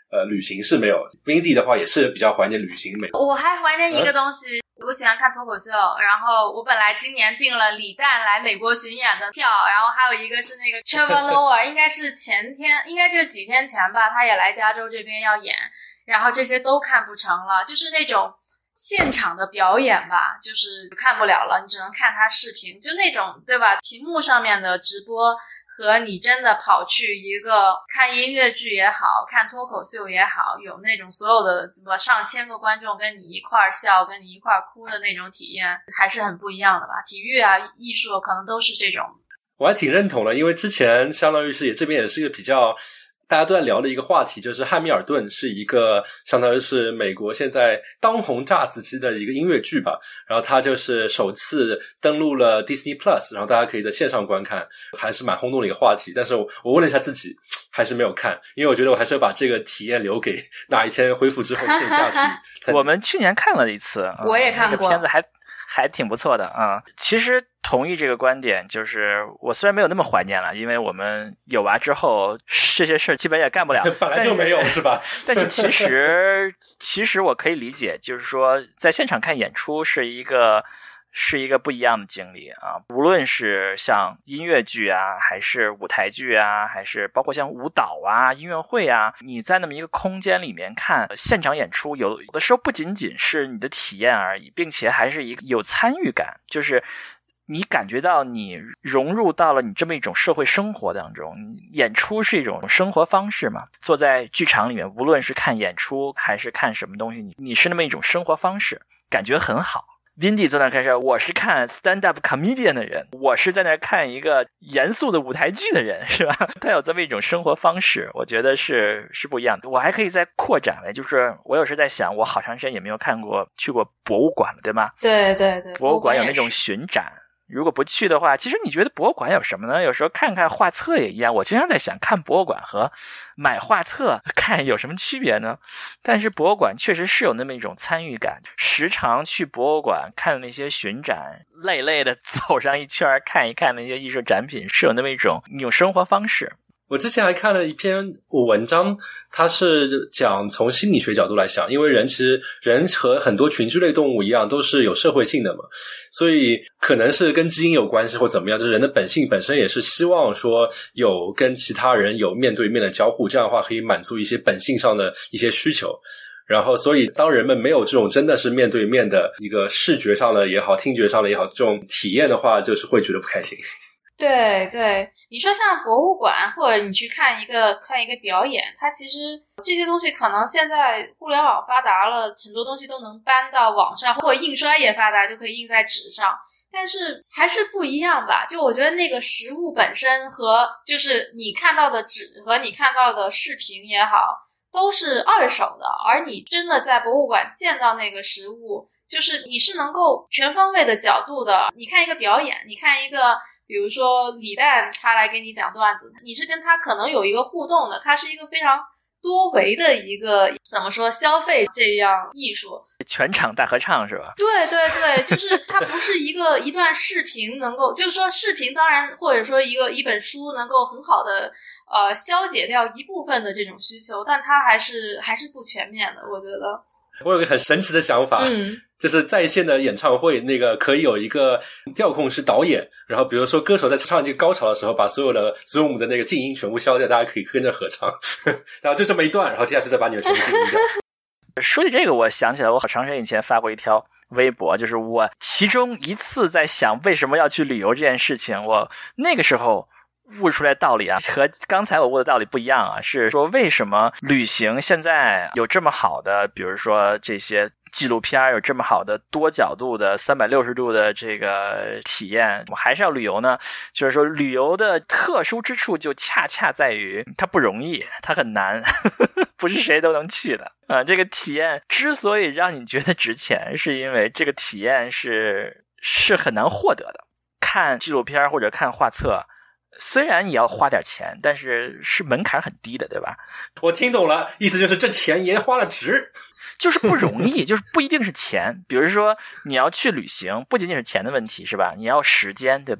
呃，旅行是没有。Windy 的话也是比较怀念旅行美。 我还怀念一个东西，嗯、我喜欢看脱口秀，然后我本来今年订了李诞来美国巡演的票，然后还有一个是那个 Trevor Noah， 应该是前天，应该就是几天前吧，他也来加州这边要演，然后这些都看不成了，就是那种现场的表演吧，就是看不了了，你只能看他视频，就那种对吧？屏幕上面的直播和你真的跑去一个看音乐剧也好，看脱口秀也好，有那种所有的怎么上千个观众跟你一块儿笑，跟你一块儿哭的那种体验，还是很不一样的吧？体育啊，艺术可能都是这种。 我还挺认同的，因为之前相当于是也这边也是一个比较大家都在聊的一个话题，就是汉密尔顿是一个相当于是美国现在当红炸子鸡的一个音乐剧吧，然后它就是首次登陆了 Disney Plus， 然后大家可以在线上观看，还是蛮轰动的一个话题。但是我我问了一下自己，还是没有看，因为我觉得我还是要把这个体验留给哪一天恢复之后线下去。 我们去年看了一次， 我也看过， 这个片子还还挺不错的啊、嗯。其实同意这个观点，就是我虽然没有那么怀念了，因为我们有娃之后这些事基本也干不了， 本来就没有是吧？ 但是其实其实我可以理解，就是说在现场看演出是一个是一个不一样的经历啊，无论是像音乐剧啊，还是舞台剧啊，还是包括像舞蹈啊、音乐会啊，你在那么一个空间里面看现场演出，有有的时候不仅仅是你的体验而已，并且还是一个有参与感，就是你感觉到你融入到了你这么一种社会生活当中，演出是一种生活方式嘛。坐在剧场里面，无论是看演出还是看什么东西，你你是那么一种生活方式，感觉很好。Windy 坐那开始，我是看 stand-up comedian 的人，我是在那看一个严肃的舞台剧的人，是吧？他有这么一种生活方式，我觉得是是不一样的。我还可以再扩展为，就是我有时在想，我好长时间也没有看过去过博物馆了，对吗？ 对对对， 博物馆有那种巡展。如果不去的话，其实你觉得博物馆有什么呢？有时候看看画册也一样。我经常在想，看博物馆和买画册看有什么区别呢？但是博物馆确实是有那么一种参与感，时常去博物馆看那些巡展，累累的走上一圈看一看那些艺术展品，是有那么一种一种生活方式。 我之前还看了一篇文章，它是讲从心理学角度来想，因为人其实人和很多群居类动物一样都是有社会性的嘛，所以可能是跟基因有关系或怎么样，就是人的本性本身也是希望说有跟其他人有面对面的交互，这样的话可以满足一些本性上的一些需求。然后所以当人们没有这种真的是面对面的一个视觉上的也好，听觉上的也好，这种体验的话，就是会觉得不开心。 对对，你说像博物馆或者你去看一个看一个表演，它其实这些东西可能现在互联网发达了，很多东西都能搬到网上，或者印刷也发达，就可以印在纸上，但是还是不一样吧。就我觉得那个实物本身和就是你看到的纸和你看到的视频也好，都是二手的，而你真的在博物馆见到那个实物，就是你是能够全方位的角度的，你看一个表演，你看一个比如说李诞他来给你讲段子，你是跟他可能有一个互动的，他是一个非常多维的一个怎么说消费这样艺术， 全场大合唱是吧？ 对对对，就是它不是一个一段视频能够，就是说视频当然或者说一个一本书能够很好的呃消解掉一部分的这种需求，但它还是还是不全面的，我觉得。 我有个很神奇的想法， 嗯， 就是在线的演唱会那个可以有一个调控是导演，然后比如说歌手在唱这个高潮的时候，把所有的 Zoom 的那个静音全部消掉，大家可以跟着合唱，然后就这么一段，然后接下去再把你们全部静音掉。 说起这个，我想起来我好长时间以前发过一条微博，就是我其中一次在想为什么要去旅游这件事情，我那个时候悟出来道理啊，和刚才我悟的道理不一样啊，是说为什么旅行现在有这么好的，比如说这些纪录片，有这么好的多角度的三百六十度的这个体验，我还是要旅游呢？就是说旅游的特殊之处就恰恰在于它不容易，它很难，不是谁都能去的啊。这个体验之所以让你觉得值钱，是因为这个体验是是很难获得的。看纪录片或者看画册，虽然你要花点钱，但是是门槛很低的，对吧？ 我听懂了，意思就是这钱也花了值， 就是不容易，就是不一定是钱。比如说你要去旅行，不仅仅是钱的问题，是吧？你要时间，对吧？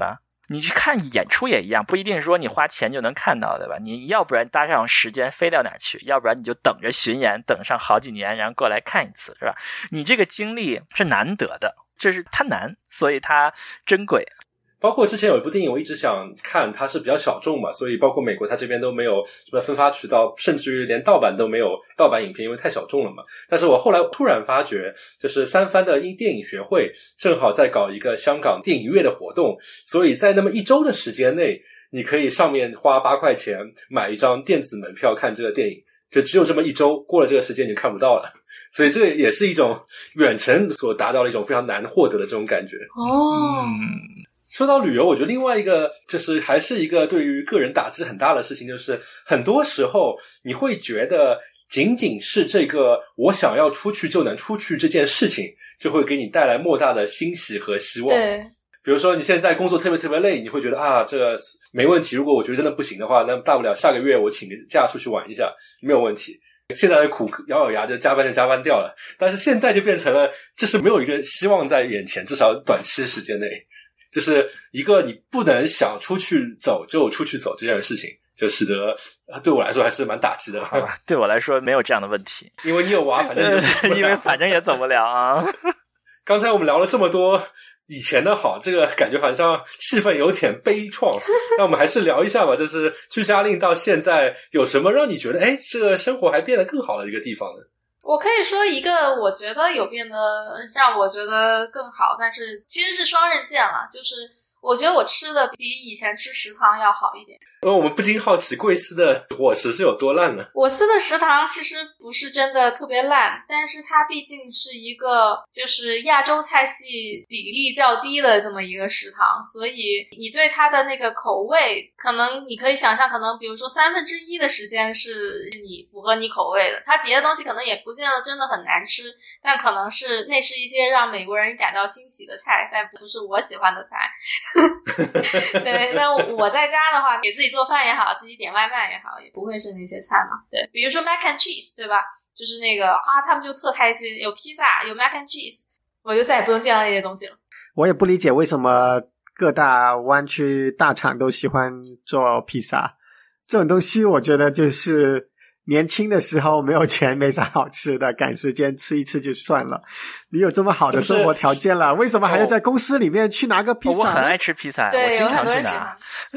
你去看演出也一样，不一定说你花钱就能看到，对吧？你要不然搭上时间飞到哪儿去，要不然你就等着巡演，等上好几年，然后过来看一次，是吧？你这个经历是难得的，这是它难，所以它珍贵。 包括之前有一部电影我一直想看，它是比较小众嘛，所以包括美国它这边都没有什么分发渠道，甚至于连盗版都没有盗版影片，因为太小众了嘛。但是我后来突然发觉，就是三藩的电影学会正好在搞一个香港电影月的活动，所以在那么一周的时间内，你可以上面花八块钱买一张电子门票看这个电影，就只有这么一周，过了这个时间你就看不到了。所以这也是一种远程所达到的一种非常难获得的这种感觉。 哦， 嗯，说到旅游，我觉得另外一个就是还是一个对于个人打击很大的事情，就是很多时候你会觉得仅仅是这个我想要出去就能出去这件事情，就会给你带来莫大的欣喜和希望。 对， 比如说你现在工作特别特别累，你会觉得啊，这个没问题，如果我觉得真的不行的话，那大不了下个月我请个假出去玩一下，没有问题。现在的苦咬咬牙就加班就加班掉了，但是现在就变成了这是没有一个希望在眼前，至少短期时间内，就是一个你不能想出去走就出去走这件事情，就使得对我来说还是蛮打击的。 好吧，对我来说没有这样的问题， 因为你有娃，反正就因为反正也走不了啊。 刚才我们聊了这么多以前的好，这个感觉好像气氛有点悲怆，那我们还是聊一下吧，就是居家令到现在有什么让你觉得诶这个生活还变得更好的一个地方呢？ 我可以说一个我觉得有变得让我觉得更好，但是其实是双刃剑了，就是我觉得我吃的比以前吃食堂要好一点。 呃，我们不禁好奇贵司的伙食是有多烂呢？ 我司的食堂其实不是真的特别烂，但是它毕竟是一个就是亚洲菜系比例较低的这么一个食堂，所以你对它的那个口味，可能你可以想象，可能比如说三分之一的时间是你符合你口味的，它别的东西可能也不见得真的很难吃，但可能是那是一些让美国人感到欣喜的菜，但不是我喜欢的菜。对，那我在家的话，给自己做饭也好，自己点外卖也好，也不会是那些菜嘛。对，比如说 mac and cheese， 对吧？就是那个啊，他们就特开心，有披萨，有 mac and cheese， 我就再也不用见到那些东西了。 我也不理解为什么各大湾区大厂都喜欢做披萨这种东西，我觉得就是年轻的时候没有钱没啥好吃的，赶时间吃一吃就算了。你有这么好的生活条件了，为什么还要在公司里面去拿个披萨？ 我很爱吃披萨， 对， 我经常去拿。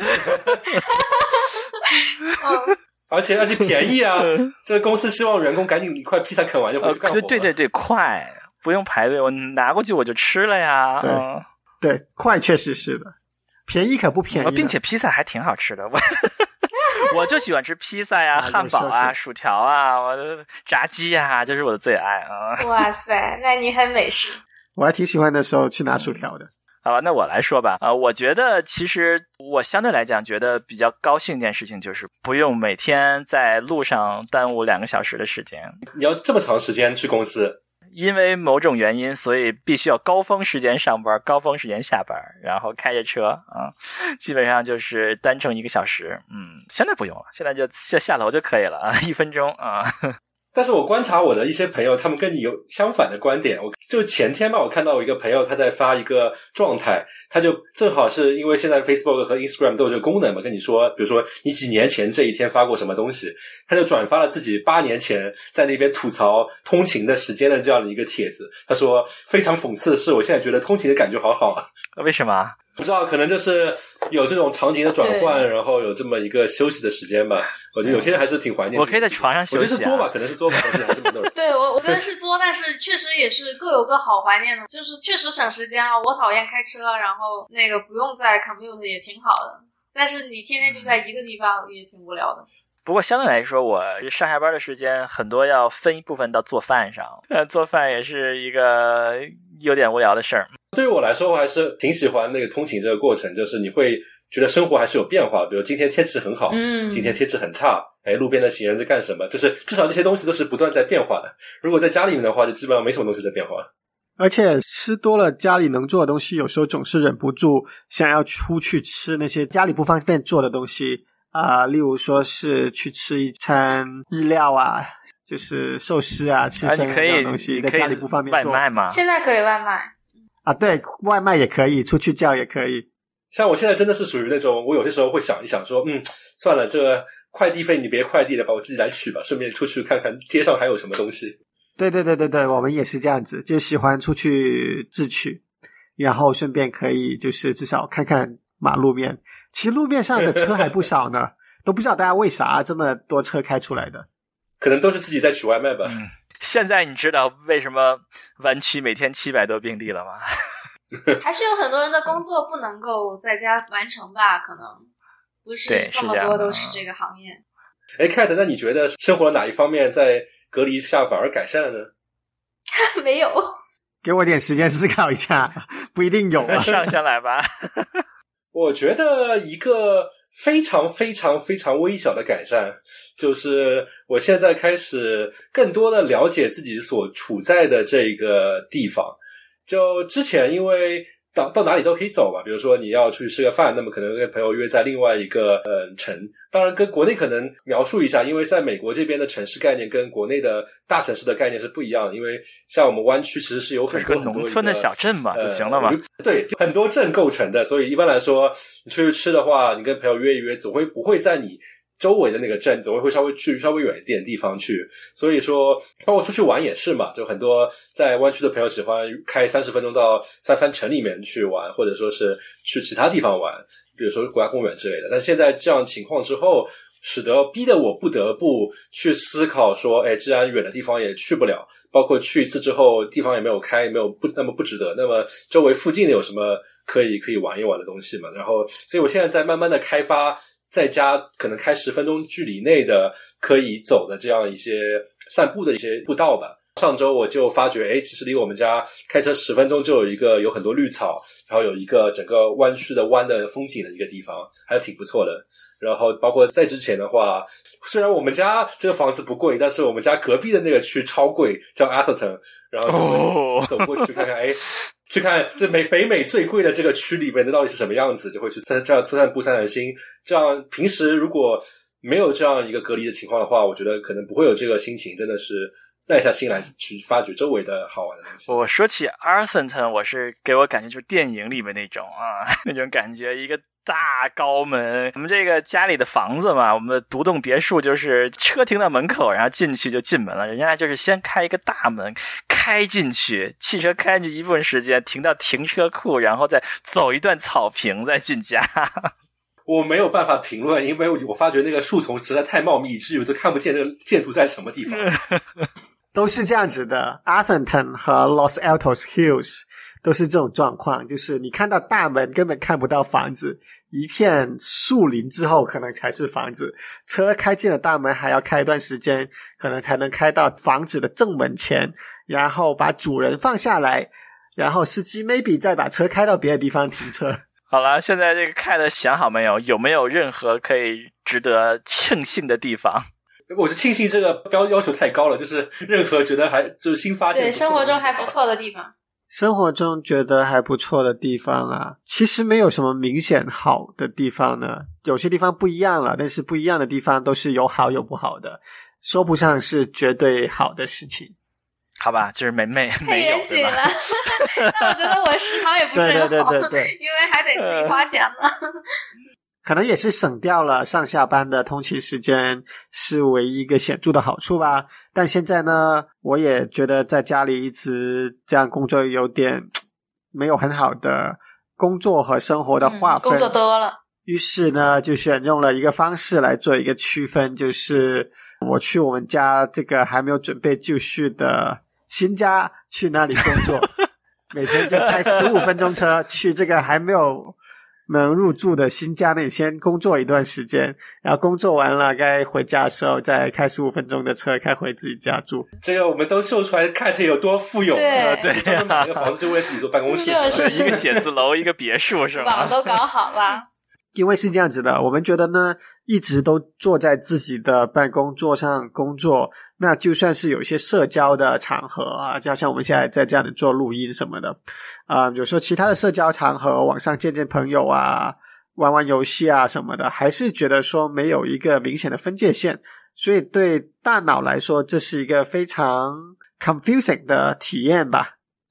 而且而且便宜啊！这个公司希望员工赶紧一块披萨啃完就回去干活、呃。 对对对，快，不用排队，我拿过去我就吃了呀。 对、 嗯、 对，快确实是的，便宜可不便宜。 并且披萨还挺好吃的，我我就喜欢吃披萨呀、汉堡啊、薯条啊、我的炸鸡啊，这是我的最爱啊！ 哇塞，那你很美式。 我还挺喜欢的时候去拿薯条的。 好吧，那我来说吧。啊，我觉得其实我相对来讲觉得比较高兴一件事情就是不用每天在路上耽误两个小时的时间。 你要这么长时间去公司？ 因为某种原因，所以必须要高峰时间上班，高峰时间下班，然后开着车啊、嗯，基本上就是单程一个小时。嗯，现在不用了，现在就下下楼就可以了啊，一分钟啊。 但是我观察我的一些朋友，他们跟你有相反的观点。我就前天吧，我看到我一个朋友他在发一个状态，他就正好是因为现在 Facebook 和 Instagram 都有这个功能嘛，跟你说，比如说你几年前这一天发过什么东西，他就转发了自己八年前在那边吐槽通勤的时间的这样的一个帖子。他说非常讽刺的是，我现在觉得通勤的感觉好好啊。 为什么？ 不知道，可能就是有这种场景的转换，然后有这么一个休息的时间吧。我觉得有些人还是挺怀念、嗯。 我可以在床上休息、啊。 我觉得是作吧，可能是作吧，但是还是蛮多人。 对，我我觉得是作，但是确实也是各有各好怀念的，就是确实省时间啊。我讨厌开车，然后那个不用再 commute 也挺好的，但是你天天就在一个地方也挺无聊的。 不过相对来说，我上下班的时间很多要分一部分到做饭上，呃，做饭也是一个有点无聊的事儿。 对于我来说，我还是挺喜欢那个通勤这个过程，就是你会觉得生活还是有变化的。比如今天天气很好， 嗯， 今天天气很差，哎，路边的行人在干什么？就是至少这些东西都是不断在变化的。如果在家里面的话，就基本上没什么东西在变化。 而且吃多了家里能做的东西，有时候总是忍不住想要出去吃那些家里不方便做的东西。啊、呃，例如说是去吃一餐日料啊，就是寿司啊，吃生的这种东西，在家里不方便做。 外卖吗？ 现在可以外卖啊，对，外卖也可以，出去叫也可以。 像我现在真的是属于那种，我有些时候会想一想说，嗯，算了，这个快递费你别快递了吧，我自己来取吧，顺便出去看看街上还有什么东西。 对对对对对，我们也是这样子，就喜欢出去自取，然后顺便可以就是至少看看马路面。其实路面上的车还不少呢，都不知道大家为啥这么多车开出来的。 可能都是自己在取外卖吧。 嗯，现在你知道为什么湾区每天七百多病例了吗？ 还是有很多人的工作不能够在家完成吧，可能不是这么多都是这个行业。 哎 Cat， 那你觉得生活的哪一方面在隔离下反而改善了呢？ 没有， 给我点时间思考一下，不一定有啊。 上下来吧。 我觉得一个非常非常非常微小的改善，就是我现在开始更多的了解自己所处在的这个地方。就之前因为到到哪里都可以走嘛，比如说你要出去吃个饭，那么可能跟朋友约在另外一个呃城。当然跟国内可能描述一下，因为在美国这边的城市概念跟国内的大城市的概念是不一样的，因为像我们湾区其实是有很多很多农村的小镇嘛、呃、就行了嘛。 对，很多镇构成的，所以一般来说你出去吃的话，你跟朋友约一约，总会不会在你周围的那个镇，总会会稍微去稍微远一点的地方去。所以说包括出去玩也是嘛，就很多在湾区的朋友喜欢开三十分钟到三藩城里面去玩，或者说是去其他地方玩，比如说国家公园之类的。但现在这样情况之后，使得逼得我不得不去思考说，哎，既然远的地方也去不了，包括去一次之后地方也没有开，没有不那么不值得，那么周围附近的有什么可以可以玩一玩的东西嘛？然后所以我现在在慢慢的开发在家可能开十分钟距离内的可以走的这样一些散步的一些步道吧。上周我就发觉，诶，其实离我们家开车十分钟就有一个有很多绿草，然后有一个整个湾区的湾的风景的一个地方，还是挺不错的。然后包括在之前的话，虽然我们家这个房子不贵，但是我们家隔壁的那个区超贵，叫 Atherton， 然后就会走过去看看，诶，去看这美北美最贵的这个区里面的到底是什么样子，就会去这样散散步散散心。这样平时如果没有这样一个隔离的情况的话，我觉得可能不会有这个心情，真的是耐下心来去发掘周围的好玩的东西。 我说起 Atherton， 我是给我感觉就是电影里面那种啊，那种感觉，一个大高门。我们这个家里的房子嘛，我们的独栋别墅就是车停到门口，然后进去就进门了。人家就是先开一个大门，开进去，汽车开进去一部分时间，停到停车库，然后再走一段草坪，再进家。 我没有办法评论，因为我发觉那个树丛实在太茂密，以至于我都看不见那个建筑在什么地方。 都是这样子的 Atherton 和 Los Altos Hills 都是这种状况，就是你看到大门根本看不到房子，一片树林之后可能才是房子，车开进了大门还要开一段时间，可能才能开到房子的正门前，然后把主人放下来，然后司机 maybe 再把车开到别的地方停车。 好了，现在这个看的想好没有？有没有任何可以值得庆幸的地方？ 我就庆幸这个标要求太高了，就是任何觉得还就是新发现， 对生活中还不错的地方。 生活中觉得还不错的地方啊，其实没有什么明显好的地方呢。有些地方不一样了，但是不一样的地方都是有好有不好的，说不上是绝对好的事情。 好吧，就是没没太严谨了。那我觉得我食堂也不是很好， 对对对对对， 因为还得自己花钱呢。 可能也是省掉了上下班的通勤时间，是唯一一个显著的好处吧。但现在呢，我也觉得在家里一直这样工作有点没有很好的工作和生活的划分、嗯、 工作多了。 于是呢，就选用了一个方式来做一个区分，就是我去我们家这个还没有准备就绪的新家去那里工作，每天就开十五分钟车去这个还没有能入住的新家那里先工作一段时间，然后工作完了该回家的时候再开十五分钟的车开回自己家住。 这个我们都秀出来看起来有多富有。 对对呀、啊， 买个房子就为自己做办公室， 就是一个写字楼一个别墅是吧？ 网都搞好了。 因为是这样子的，我们觉得呢一直都坐在自己的办公桌上工作，那就算是有一些社交的场合啊，就像我们现在在这样的做录音什么的啊、呃，有时候其他的社交场合网上见见朋友啊，玩玩游戏啊什么的，还是觉得说没有一个明显的分界线，所以对大脑来说这是一个非常 confusing 的体验吧。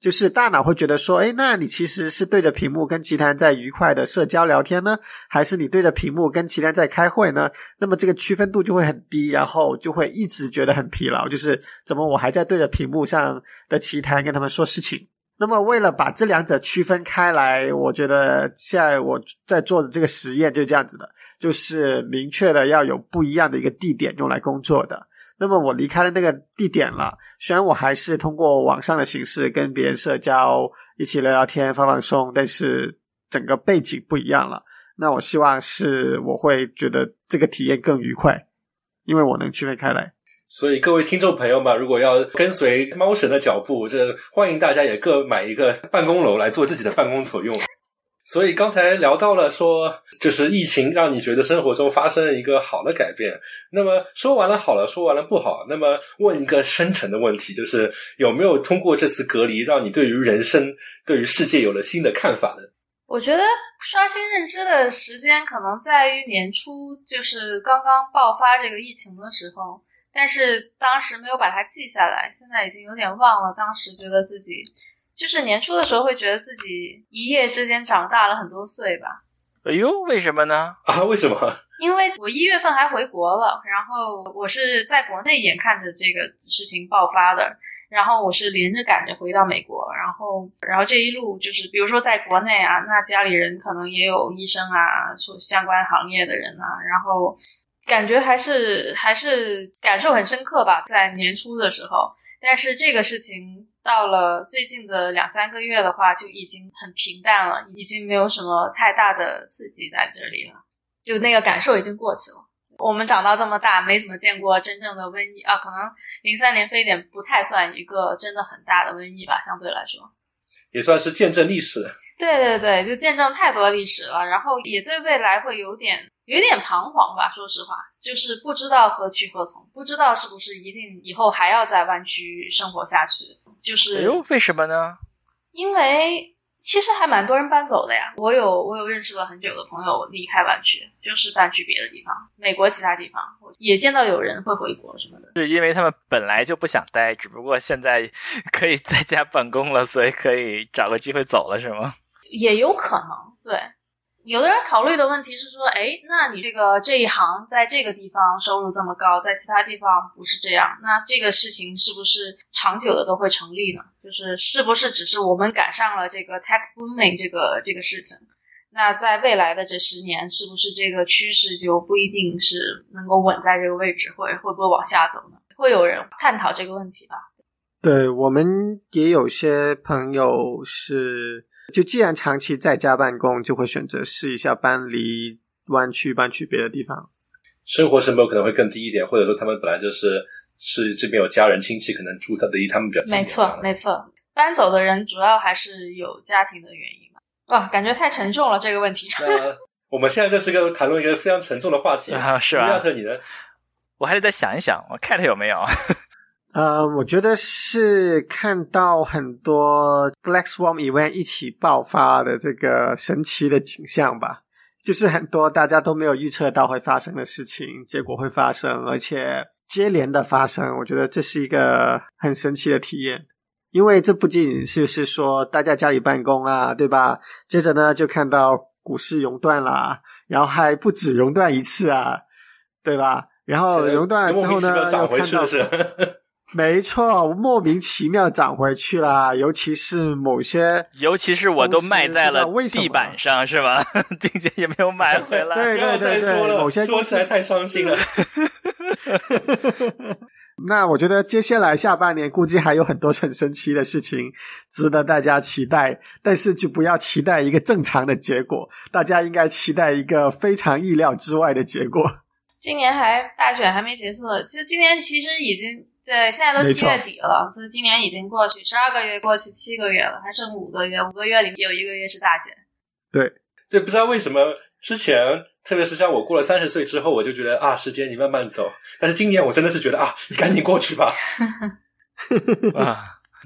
就是大脑会觉得说，诶，那你其实是对着屏幕跟其他人在愉快的社交聊天呢，还是你对着屏幕跟其他人在开会呢？那么这个区分度就会很低，然后就会一直觉得很疲劳，就是怎么我还在对着屏幕上的其他人跟他们说事情。那么为了把这两者区分开来，我觉得现在我在做的这个实验就是这样子的，就是明确的要有不一样的一个地点用来工作的。那么我离开了那个地点了，虽然我还是通过网上的形式跟别人社交，一起聊聊天放放松，但是整个背景不一样了。那我希望是我会觉得这个体验更愉快，因为我能区分开来。 所以各位听众朋友们，如果要跟随猫神的脚步，这欢迎大家也各买一个办公楼来做自己的办公所用。所以刚才聊到了说，就是疫情让你觉得生活中发生了一个好的改变。那么说完了好了，说完了不好，那么问一个深层的问题，就是有没有通过这次隔离让你对于人生对于世界有了新的看法呢？ 我觉得刷新认知的时间可能在于年初，就是刚刚爆发这个疫情的时候，但是当时没有把它记下来，现在已经有点忘了。当时觉得自己就是年初的时候会觉得自己一夜之间长大了很多岁吧。 哎呦，为什么呢？ 啊，为什么？ 因为我一月份还回国了，然后我是在国内眼看着这个事情爆发的，然后我是连着赶着回到美国，然后然后这一路就是比如说在国内啊，那家里人可能也有医生啊，说相关行业的人啊，然后感觉还是还是感受很深刻吧，在年初的时候。但是这个事情到了最近的两三个月的话，就已经很平淡了，已经没有什么太大的刺激在这里了，就那个感受已经过去了。我们长到这么大没怎么见过真正的瘟疫啊，可能零三年非典不太算一个真的很大的瘟疫吧，相对来说也算是见证历史。 对对对，就见证太多历史了，然后也对未来会有点有点彷徨吧，说实话，就是不知道何去何从，不知道是不是一定以后还要在湾区生活下去。就是哎呦，为什么呢？ 因为其实还蛮多人搬走的呀，我有我有认识了很久的朋友离开湾区，就是搬去别的地方，美国其他地方，也见到有人会回国什么的。 是因为他们本来就不想待，只不过现在可以在家办公了，所以可以找个机会走了，是吗？ 也有可能，对。有的人考虑的问题是说，诶，那你这个这一行在这个地方收入这么高，在其他地方不是这样，那这个事情是不是长久的都会成立呢？就是是不是只是我们赶上了这个 tech booming 这个这个事情，那在未来的这十年是不是这个趋势就不一定是能够稳在这个位置，会会不会往下走呢？会有人探讨这个问题吧。 对，我们也有些朋友是就既然长期在家办公，就会选择试一下搬离湾区，搬去别的地方， 生活成本可能会更低一点，或者说他们本来就是是这边有家人亲戚，可能住他的离他们比较近。 没错没错，搬走的人主要还是有家庭的原因。哇，感觉太沉重了这个问题。 那我们现在就是个谈论一个非常沉重的话题啊，是吧？ 亚特你呢？ 我还得再想一想，我 Cat 有没有？ 呃，我觉得是看到很多 Black Swan event 一起爆发的这个神奇的景象吧，就是很多大家都没有预测到会发生的事情，结果会发生，而且接连的发生，我觉得这是一个很神奇的体验。因为这不仅仅是是说大家家里办公啊，对吧？接着呢就看到股市熔断啦，然后还不止熔断一次啊，对吧？然后熔断了之后呢， 涨回去了是没错，莫名其妙涨回去啦，尤其是某些， 尤其是我都卖在了地板上，是吧？并且也没有买回来。 对对对对，某些说起来太伤心了。 那我觉得接下来下半年估计还有很多很神奇的事情值得大家期待，但是就不要期待一个正常的结果，大家应该期待一个非常意料之外的结果。 今年还大选还没结束呢，其实今年其实已经在现在都七月底了，所以今年已经过去十二个月，过去七个月了，还剩五个月，五个月里有一个月是大选。 对对，不知道为什么之前特别是像我过了三十岁之后，我就觉得啊，时间你慢慢走，但是今年我真的是觉得啊，你赶紧过去吧。 啊，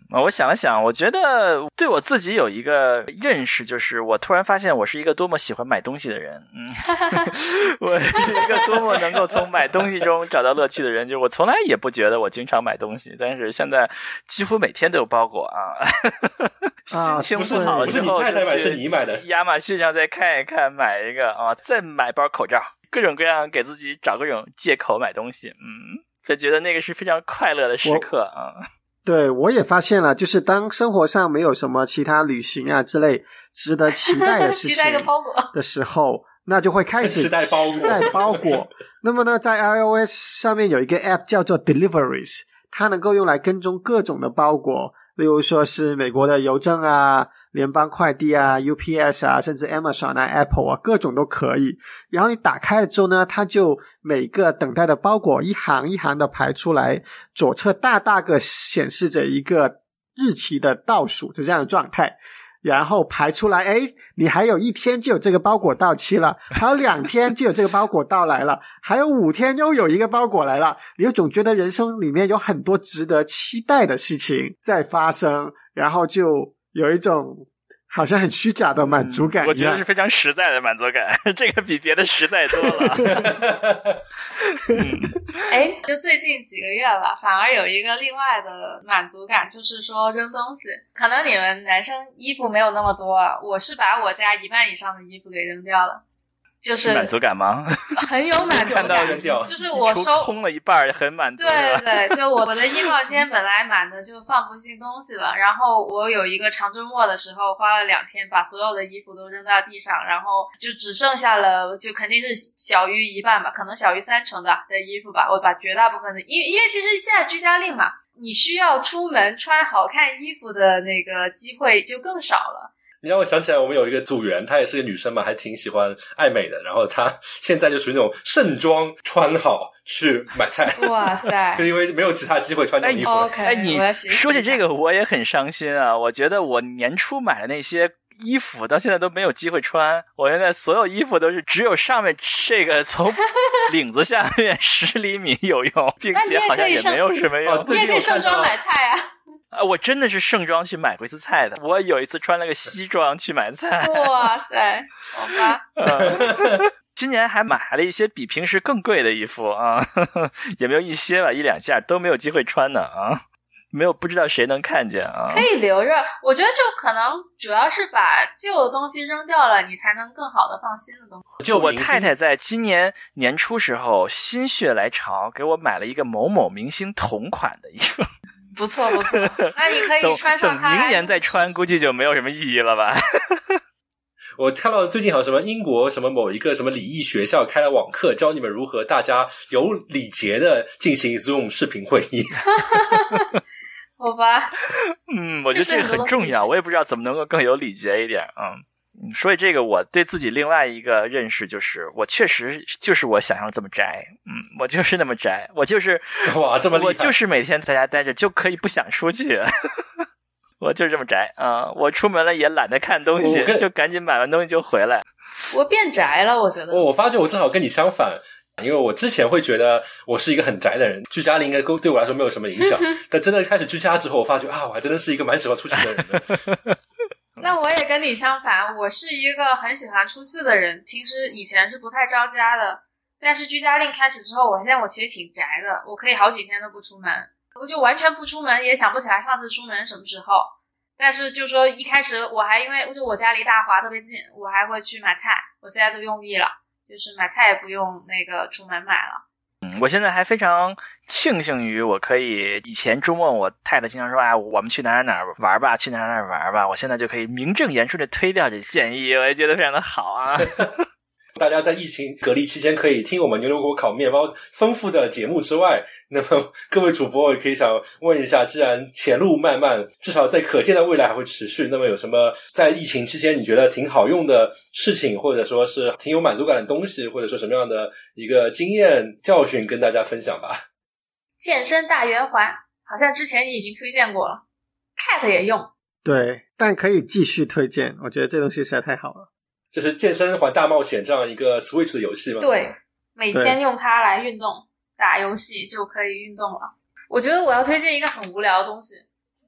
我想了想，我觉得对我自己有一个认识，就是我突然发现我是一个多么喜欢买东西的人。嗯，我是一个多么能够从买东西中找到乐趣的人，就是我从来也不觉得我经常买东西，但是现在几乎每天都有包裹啊。心情不好之后就去亚马逊上再看一看，买一个啊，再买包口罩，各种各样给自己找各种借口买东西。嗯，就觉得那个是非常快乐的时刻啊。 对，我也发现了，就是当生活上没有什么其他旅行啊之类值得期待的事情期待个包裹的时候，那就会开始期待包裹。 期待包裹那么呢，在 iOS 上面有一个 app 叫做 Deliveries， 它能够用来跟踪各种的包裹，例如说是美国的邮政啊、联邦快递啊、U P S 啊，甚至 Amazon 啊、Apple 啊，各种都可以。然后你打开了之后呢，它就每个等待的包裹一行一行的排出来，左侧大大个显示着一个日期的倒数就这样的状态。然后排出来，诶，你还有一天就有这个包裹到期了，还有两天就有这个包裹到来了，还有五天又有一个包裹来了，你就总觉得人生里面有很多值得期待的事情在发生，然后就有一种好像很虚假的满足感、嗯、 我觉得是非常实在的满足感，这个比别的实在多了。 哎、嗯，就最近几个月吧，反而有一个另外的满足感，就是说扔东西。可能你们男生衣服没有那么多啊，我是把我家一半以上的衣服给扔掉了。就是满足感吗？ 很有满足感，就是我收空了一半很满足。 对对对，就我的衣帽间本来满的就放不进东西了，然后我有一个长周末的时候花了两天把所有的衣服都扔到地上，然后就只剩下了就肯定是小于一半吧，可能小于三成的的衣服吧，我把绝大部分的，因为因为其实现在居家令嘛，你需要出门穿好看衣服的那个机会就更少了。 你让我想起来我们有一个组员，她也是个女生嘛，还挺喜欢爱美的，然后她现在就属于那种盛装穿好去买菜。 哇塞， 就因为没有其他机会穿这种衣服。 哎， 你说起这个我也很伤心啊，我觉得我年初买的那些衣服到现在都没有机会穿，我现在所有衣服都是只有上面这个从领子下面十厘米有用，并且好像也没有什么用。 你也可以盛装买菜啊。 啊，我真的是盛装去买过一次菜的。我有一次穿了个西装去买菜。 哇塞，好吧。 呃、今年还买了一些比平时更贵的衣服啊，呵呵也没有一些吧，一两件都没有机会穿的啊，没有不知道谁能看见啊。 可以留着，我觉得就可能主要是把旧的东西扔掉了，你才能更好的放新的东西。 就我太太在今年年初时候心血来潮给我买了一个某某明星同款的衣服。 不错不错，那你可以穿上它。 等明年再穿，估计就没有什么意义了吧？ 我看到最近好像什么英国什么某一个什么礼仪学校开了网课，教你们如何大家有礼节的进行 Zoom 视频会议。 好吧， 嗯，我觉得这个很重要，我也不知道怎么能够更有礼节一点，嗯。所以这个我对自己另外一个认识就是，我确实就是我想象这么宅，嗯，我就是那么宅，我就是哇这么厉害， 我就是每天在家待着就可以不想出去，我就是这么宅啊、呃！我出门了也懒得看东西，就赶紧买完东西就回来。 我变宅了，我觉得。 我我发觉我正好跟你相反，因为我之前会觉得我是一个很宅的人，居家令应该对我来说没有什么影响，但真的开始居家之后，我发觉啊，我还真的是一个蛮喜欢出去的人的。 那我也跟你相反，我是一个很喜欢出去的人，平时以前是不太着家的，但是居家令开始之后，我现在我其实挺宅的，我可以好几天都不出门，我就完全不出门，也想不起来上次出门什么时候。但是就说一开始我还因为就我家离大华特别近，我还会去买菜，我现在都用腻了，就是买菜也不用那个出门买了。 嗯，我现在还非常庆幸于我可以，以前周末我太太经常说啊，我们去哪哪哪玩吧，去哪哪哪玩吧，我现在就可以名正言顺的推掉这建议，我也觉得非常的好啊。 大家在疫情隔离期间可以听我们牛油果烤面包丰富的节目之外，那么各位主播也可以想问一下，既然前路漫漫，至少在可见的未来还会持续，那么有什么在疫情期间你觉得挺好用的事情，或者说是挺有满足感的东西，或者说什么样的一个经验教训跟大家分享吧。 健身大圆环好像之前你已经推荐过了， Cat 也用。 对，但可以继续推荐，我觉得这东西实在太好了。 就是健身环大冒险这样一个 Switch 的游戏吗？ 对，每天用它来运动打游戏就可以运动了。我觉得我要推荐一个很无聊的东西，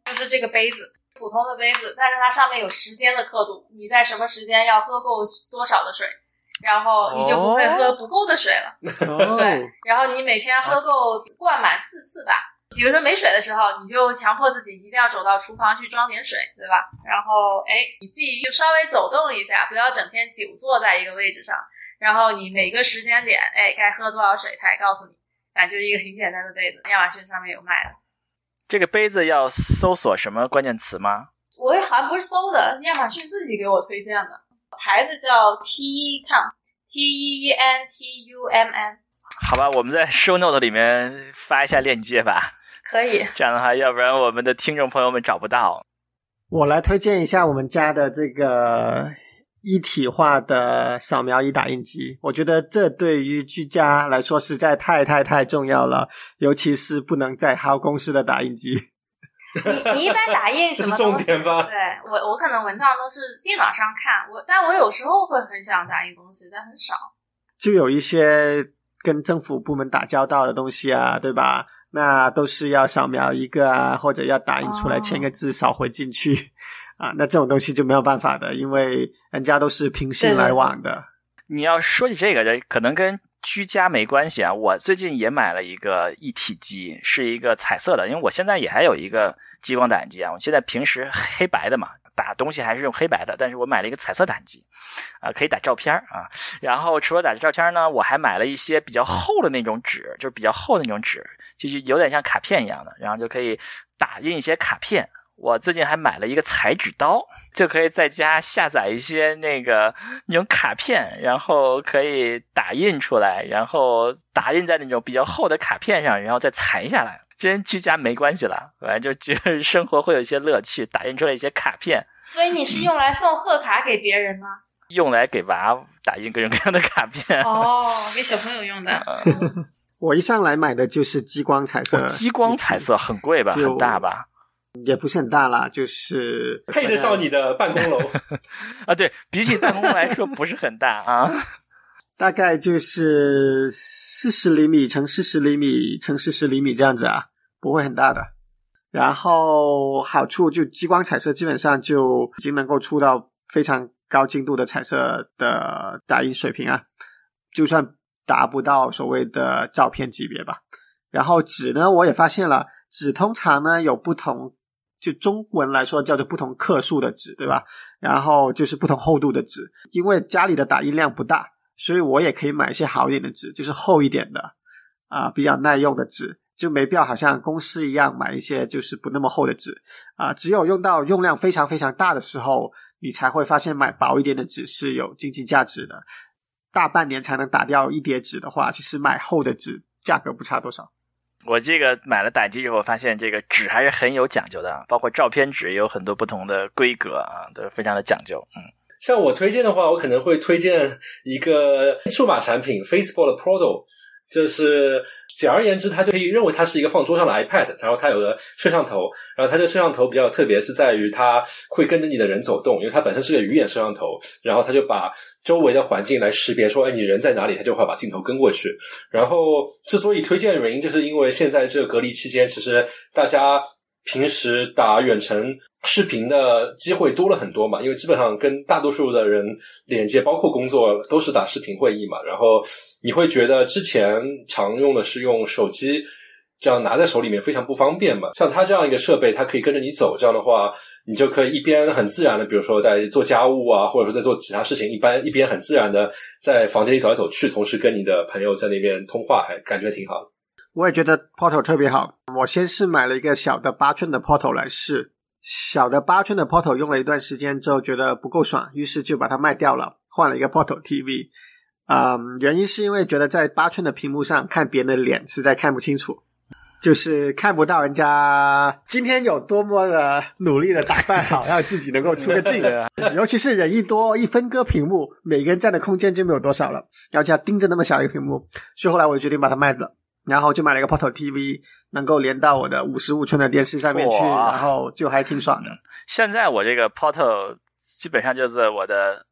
就是这个杯子，普通的杯子，但是它上面有时间的刻度，你在什么时间要喝够多少的水，然后你就不会喝不够的水了。 哦、 对，然后你每天喝够灌满四次吧。比如说没水的时候，你就强迫自己一定要走到厨房去装点水，对吧？然后哎，你自己就稍微走动一下，不要整天久坐在一个位置上。然后你每个时间点，哎，该喝多少水，它也告诉你。啊，就是一个很简单的杯子，亚马逊上面有卖的。 这个杯子要搜索什么关键词吗？ 我好像不是搜的，亚马逊自己给我推荐的，牌子叫 T E N T E E N T U M N。 好吧，我们在 show note 里面发一下链接吧。 可以。 这样的话，要不然我们的听众朋友们找不到。 我来推荐一下我们家的这个一体化的扫描仪打印机，我觉得这对于居家来说实在太太太重要了，尤其是不能再耗公司的打印机。 你你一般打印什么东西？ 这是重点吧？ 对，我我可能文档都是电脑上看，我但我有时候会很想打印东西，但很少。就有一些跟政府部门打交道的东西啊，对吧？那都是要扫描一个啊，或者要打印出来签个字扫回进去、哦、啊，那这种东西就没有办法的，因为人家都是平行来往的。对对对， 你要说起这个，可能跟居家没关系啊。我最近也买了一个一体机，是一个彩色的，因为我现在也还有一个激光打印机啊。我现在平时黑白的嘛，打东西还是用黑白的，但是我买了一个彩色打印机啊，可以打照片啊。然后除了打照片呢，我还买了一些比较厚的那种纸，就是比较厚的那种纸，就是有点像卡片一样的，然后就可以打印一些卡片。我最近还买了一个裁纸刀，就可以在家下载一些那个那种卡片，然后可以打印出来，然后打印在那种比较厚的卡片上，然后再裁下来。这跟居家没关系了，反正就觉得生活会有一些乐趣，打印出来一些卡片。 所以你是用来送贺卡给别人吗？ 用来给娃打印各种各样的卡片。 哦，给小朋友用的。 我一上来买的就是激光彩色、 哦、激光彩色很贵吧？很大吧？ 也不是很大啦，就是配得上你的办公楼啊。对，比起办公楼来说不是很大啊。 大概就是四十厘米乘四十厘米乘四十厘米这样子啊，不会很大的。然后好处就激光彩色基本上就已经能够出到非常高精度的彩色的打印水平啊，就算达不到所谓的照片级别吧。然后纸呢，我也发现了，纸通常呢有不同，就中文来说叫做不同克数的纸，对吧？然后就是不同厚度的纸。因为家里的打印量不大，所以我也可以买一些好一点的纸，就是厚一点的啊、呃，比较耐用的纸，就没必要好像公司一样买一些就是不那么厚的纸啊、呃。只有用到用量非常非常大的时候，你才会发现买薄一点的纸是有经济价值的。大半年才能打掉一叠纸的话，其实买厚的纸价格不差多少。 我这个买了打印机之后发现这个纸还是很有讲究的，包括照片纸也有很多不同的规格啊，都非常的讲究。嗯， 像我推荐的话，我可能会推荐一个数码产品 Facebook 的 Prodo， 就是简而言之它就可以认为它是一个放桌上的 iPad， 然后它有个摄像头，然后它这个摄像头比较特别是在于它会跟着你的人走动，因为它本身是个鱼眼摄像头，然后它就把周围的环境来识别说哎，你人在哪里，它就会把镜头跟过去。然后之所以推荐的原因就是因为现在这个隔离期间，其实大家平时打远程视频的机会多了很多嘛，因为基本上跟大多数的人连接包括工作都是打视频会议嘛，然后你会觉得之前常用的是用手机这样拿在手里面非常不方便嘛，像它这样一个设备它可以跟着你走，这样的话你就可以一边很自然的比如说在做家务啊，或者说在做其他事情，一般一边很自然的在房间里走来走去，同时跟你的朋友在那边通话，还感觉挺好的。 我也觉得 Portal 特别好，我先是买了一个小的八寸的 Portal 来试，小的八寸的 Portal 用了一段时间之后觉得不够爽，于是就把它卖掉了，换了一个 Portal T V。嗯，原因是因为觉得在八寸的屏幕上看别人的脸实在看不清楚，就是看不到人家今天有多么的努力的打扮好，让自己能够出个镜。尤其是人一多，一分割屏幕，每个人占的空间就没有多少了，要这样盯着那么小一个屏幕，所以后来我就决定把它卖了。然后就买了一个 Portal T V， 能够连到我的五十五寸的电视上面去，然后就还挺爽的。 现在我这个 Portal 基本上就是我的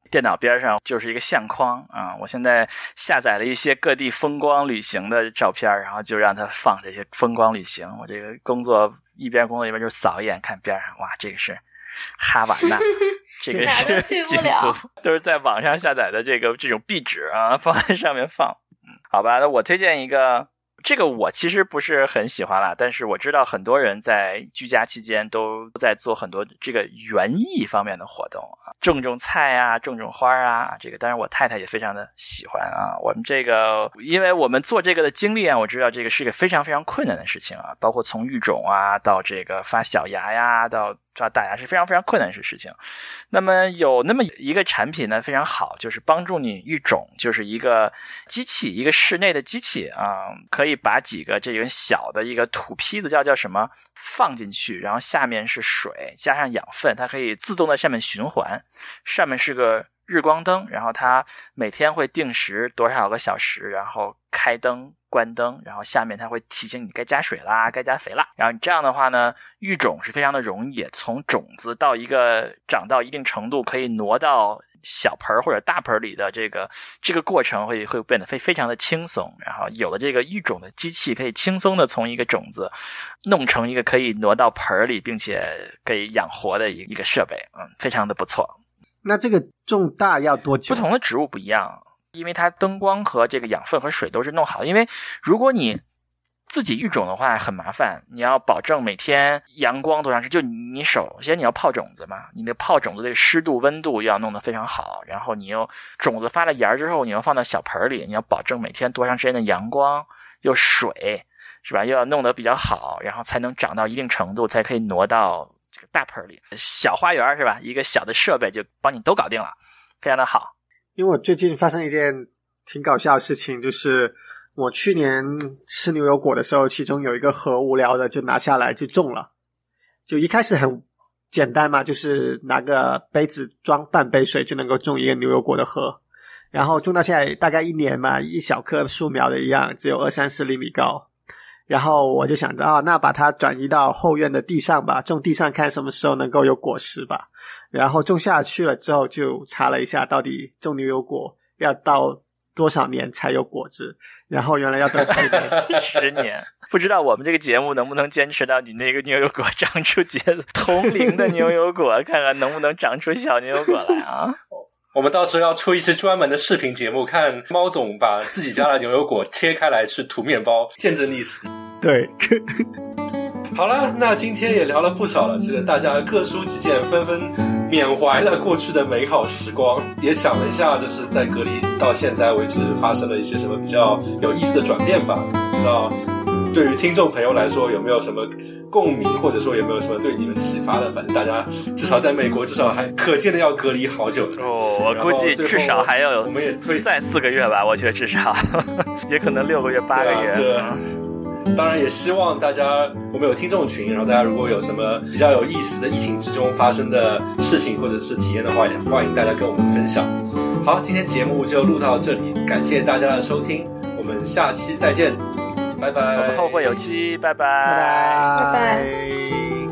电脑边上就是一个相框啊。我现在下载了一些各地风光旅行的照片，然后就让它放这些风光旅行。我这个工作一边工作一边就扫一眼看边上，哇，这个是哈瓦那，这个是京都，都是在网上下载的这个这种壁纸啊，放在上面放。嗯，好吧，那我推荐一个。这个我其实不是很喜欢啦，但是我知道很多人在居家期间都在做很多这个园艺方面的活动啊，种种菜啊，种种花啊，这个当然我太太也非常的喜欢啊。我们这个因为我们做这个的经历啊，我知道这个是一个非常非常困难的事情啊，包括从育种啊到这个发小芽呀到抓大芽是非常非常困难的事情。那么有那么一个产品呢非常好，就是帮助你育种，就是一个机器，一个室内的机器啊，可以把几个这个小的一个土坯子叫叫什么放进去，然后下面是水加上养分，它可以自动在上面循环，上面是个日光灯，然后它每天会定时多少个小时，然后开灯关灯，然后下面它会提醒你该加水啦，该加肥啦。然后你这样的话呢，育种是非常的容易，从种子到一个长到一定程度可以挪到小盆或者大盆里的这个这个过程会会变得非非常的轻松。然后有了这个育种的机器，可以轻松的从一个种子弄成一个可以挪到盆里并且可以养活的一一个设备，嗯，非常的不错。 那这个种大要多久？ 不同的植物不一样，因为它灯光和这个养分和水都是弄好的。因为如果你自己育种的话很麻烦，你要保证每天阳光多长时间，就你首先你要泡种子嘛，你的泡种子的湿度温度要弄得非常好，然后你又种子发了芽之后你要放到小盆里，你要保证每天多长时间的阳光又水是吧，又要弄得比较好，然后才能长到一定程度，才可以挪到这个大盆里。小花园是吧，一个小的设备就帮你都搞定了，非常的好。 因为我最近发生一件挺搞笑的事情，就是我去年吃牛油果的时候，其中有一个盒无聊的就拿下来就种了。就一开始很简单嘛，就是拿个杯子装半杯水就能够种一个牛油果的盒，然后种到现在大概一年嘛，一小棵树苗的一样，只有二三十厘米高。然后我就想着啊，那把它转移到后院的地上吧，种地上看什么时候能够有果实吧。然后种下去了之后就查了一下，到底种牛油果要到多少年才有果子，然后原来要等十年。 十年，不知道我们这个节目能不能坚持到你那个牛油果长出结同龄的牛油果，看看能不能长出小牛油果来啊。 我们到时候要出一期专门的视频节目，看猫总把自己家的牛油果切开来去涂面包，见证历史。 对。 好了，那今天也聊了不少了，这个大家各抒己见，纷纷缅怀了过去的美好时光，也想了一下，就是在隔离到现在为止发生了一些什么比较有意思的转变吧。不知道对于听众朋友来说有没有什么共鸣，或者说有没有什么对你们启发的？反正大家至少在美国至少还可见的要隔离好久哦，我估计至少还要有我们也推三四个月吧，我觉得至少也可能六个月八个月。 对啊，当然也希望大家，我们有听众群，然后大家如果有什么比较有意思的疫情之中发生的事情或者是体验的话，也欢迎大家跟我们分享。好，今天节目就录到这里，感谢大家的收听，我们下期再见，拜拜。 我们后会有期，拜拜， 拜拜， 拜拜。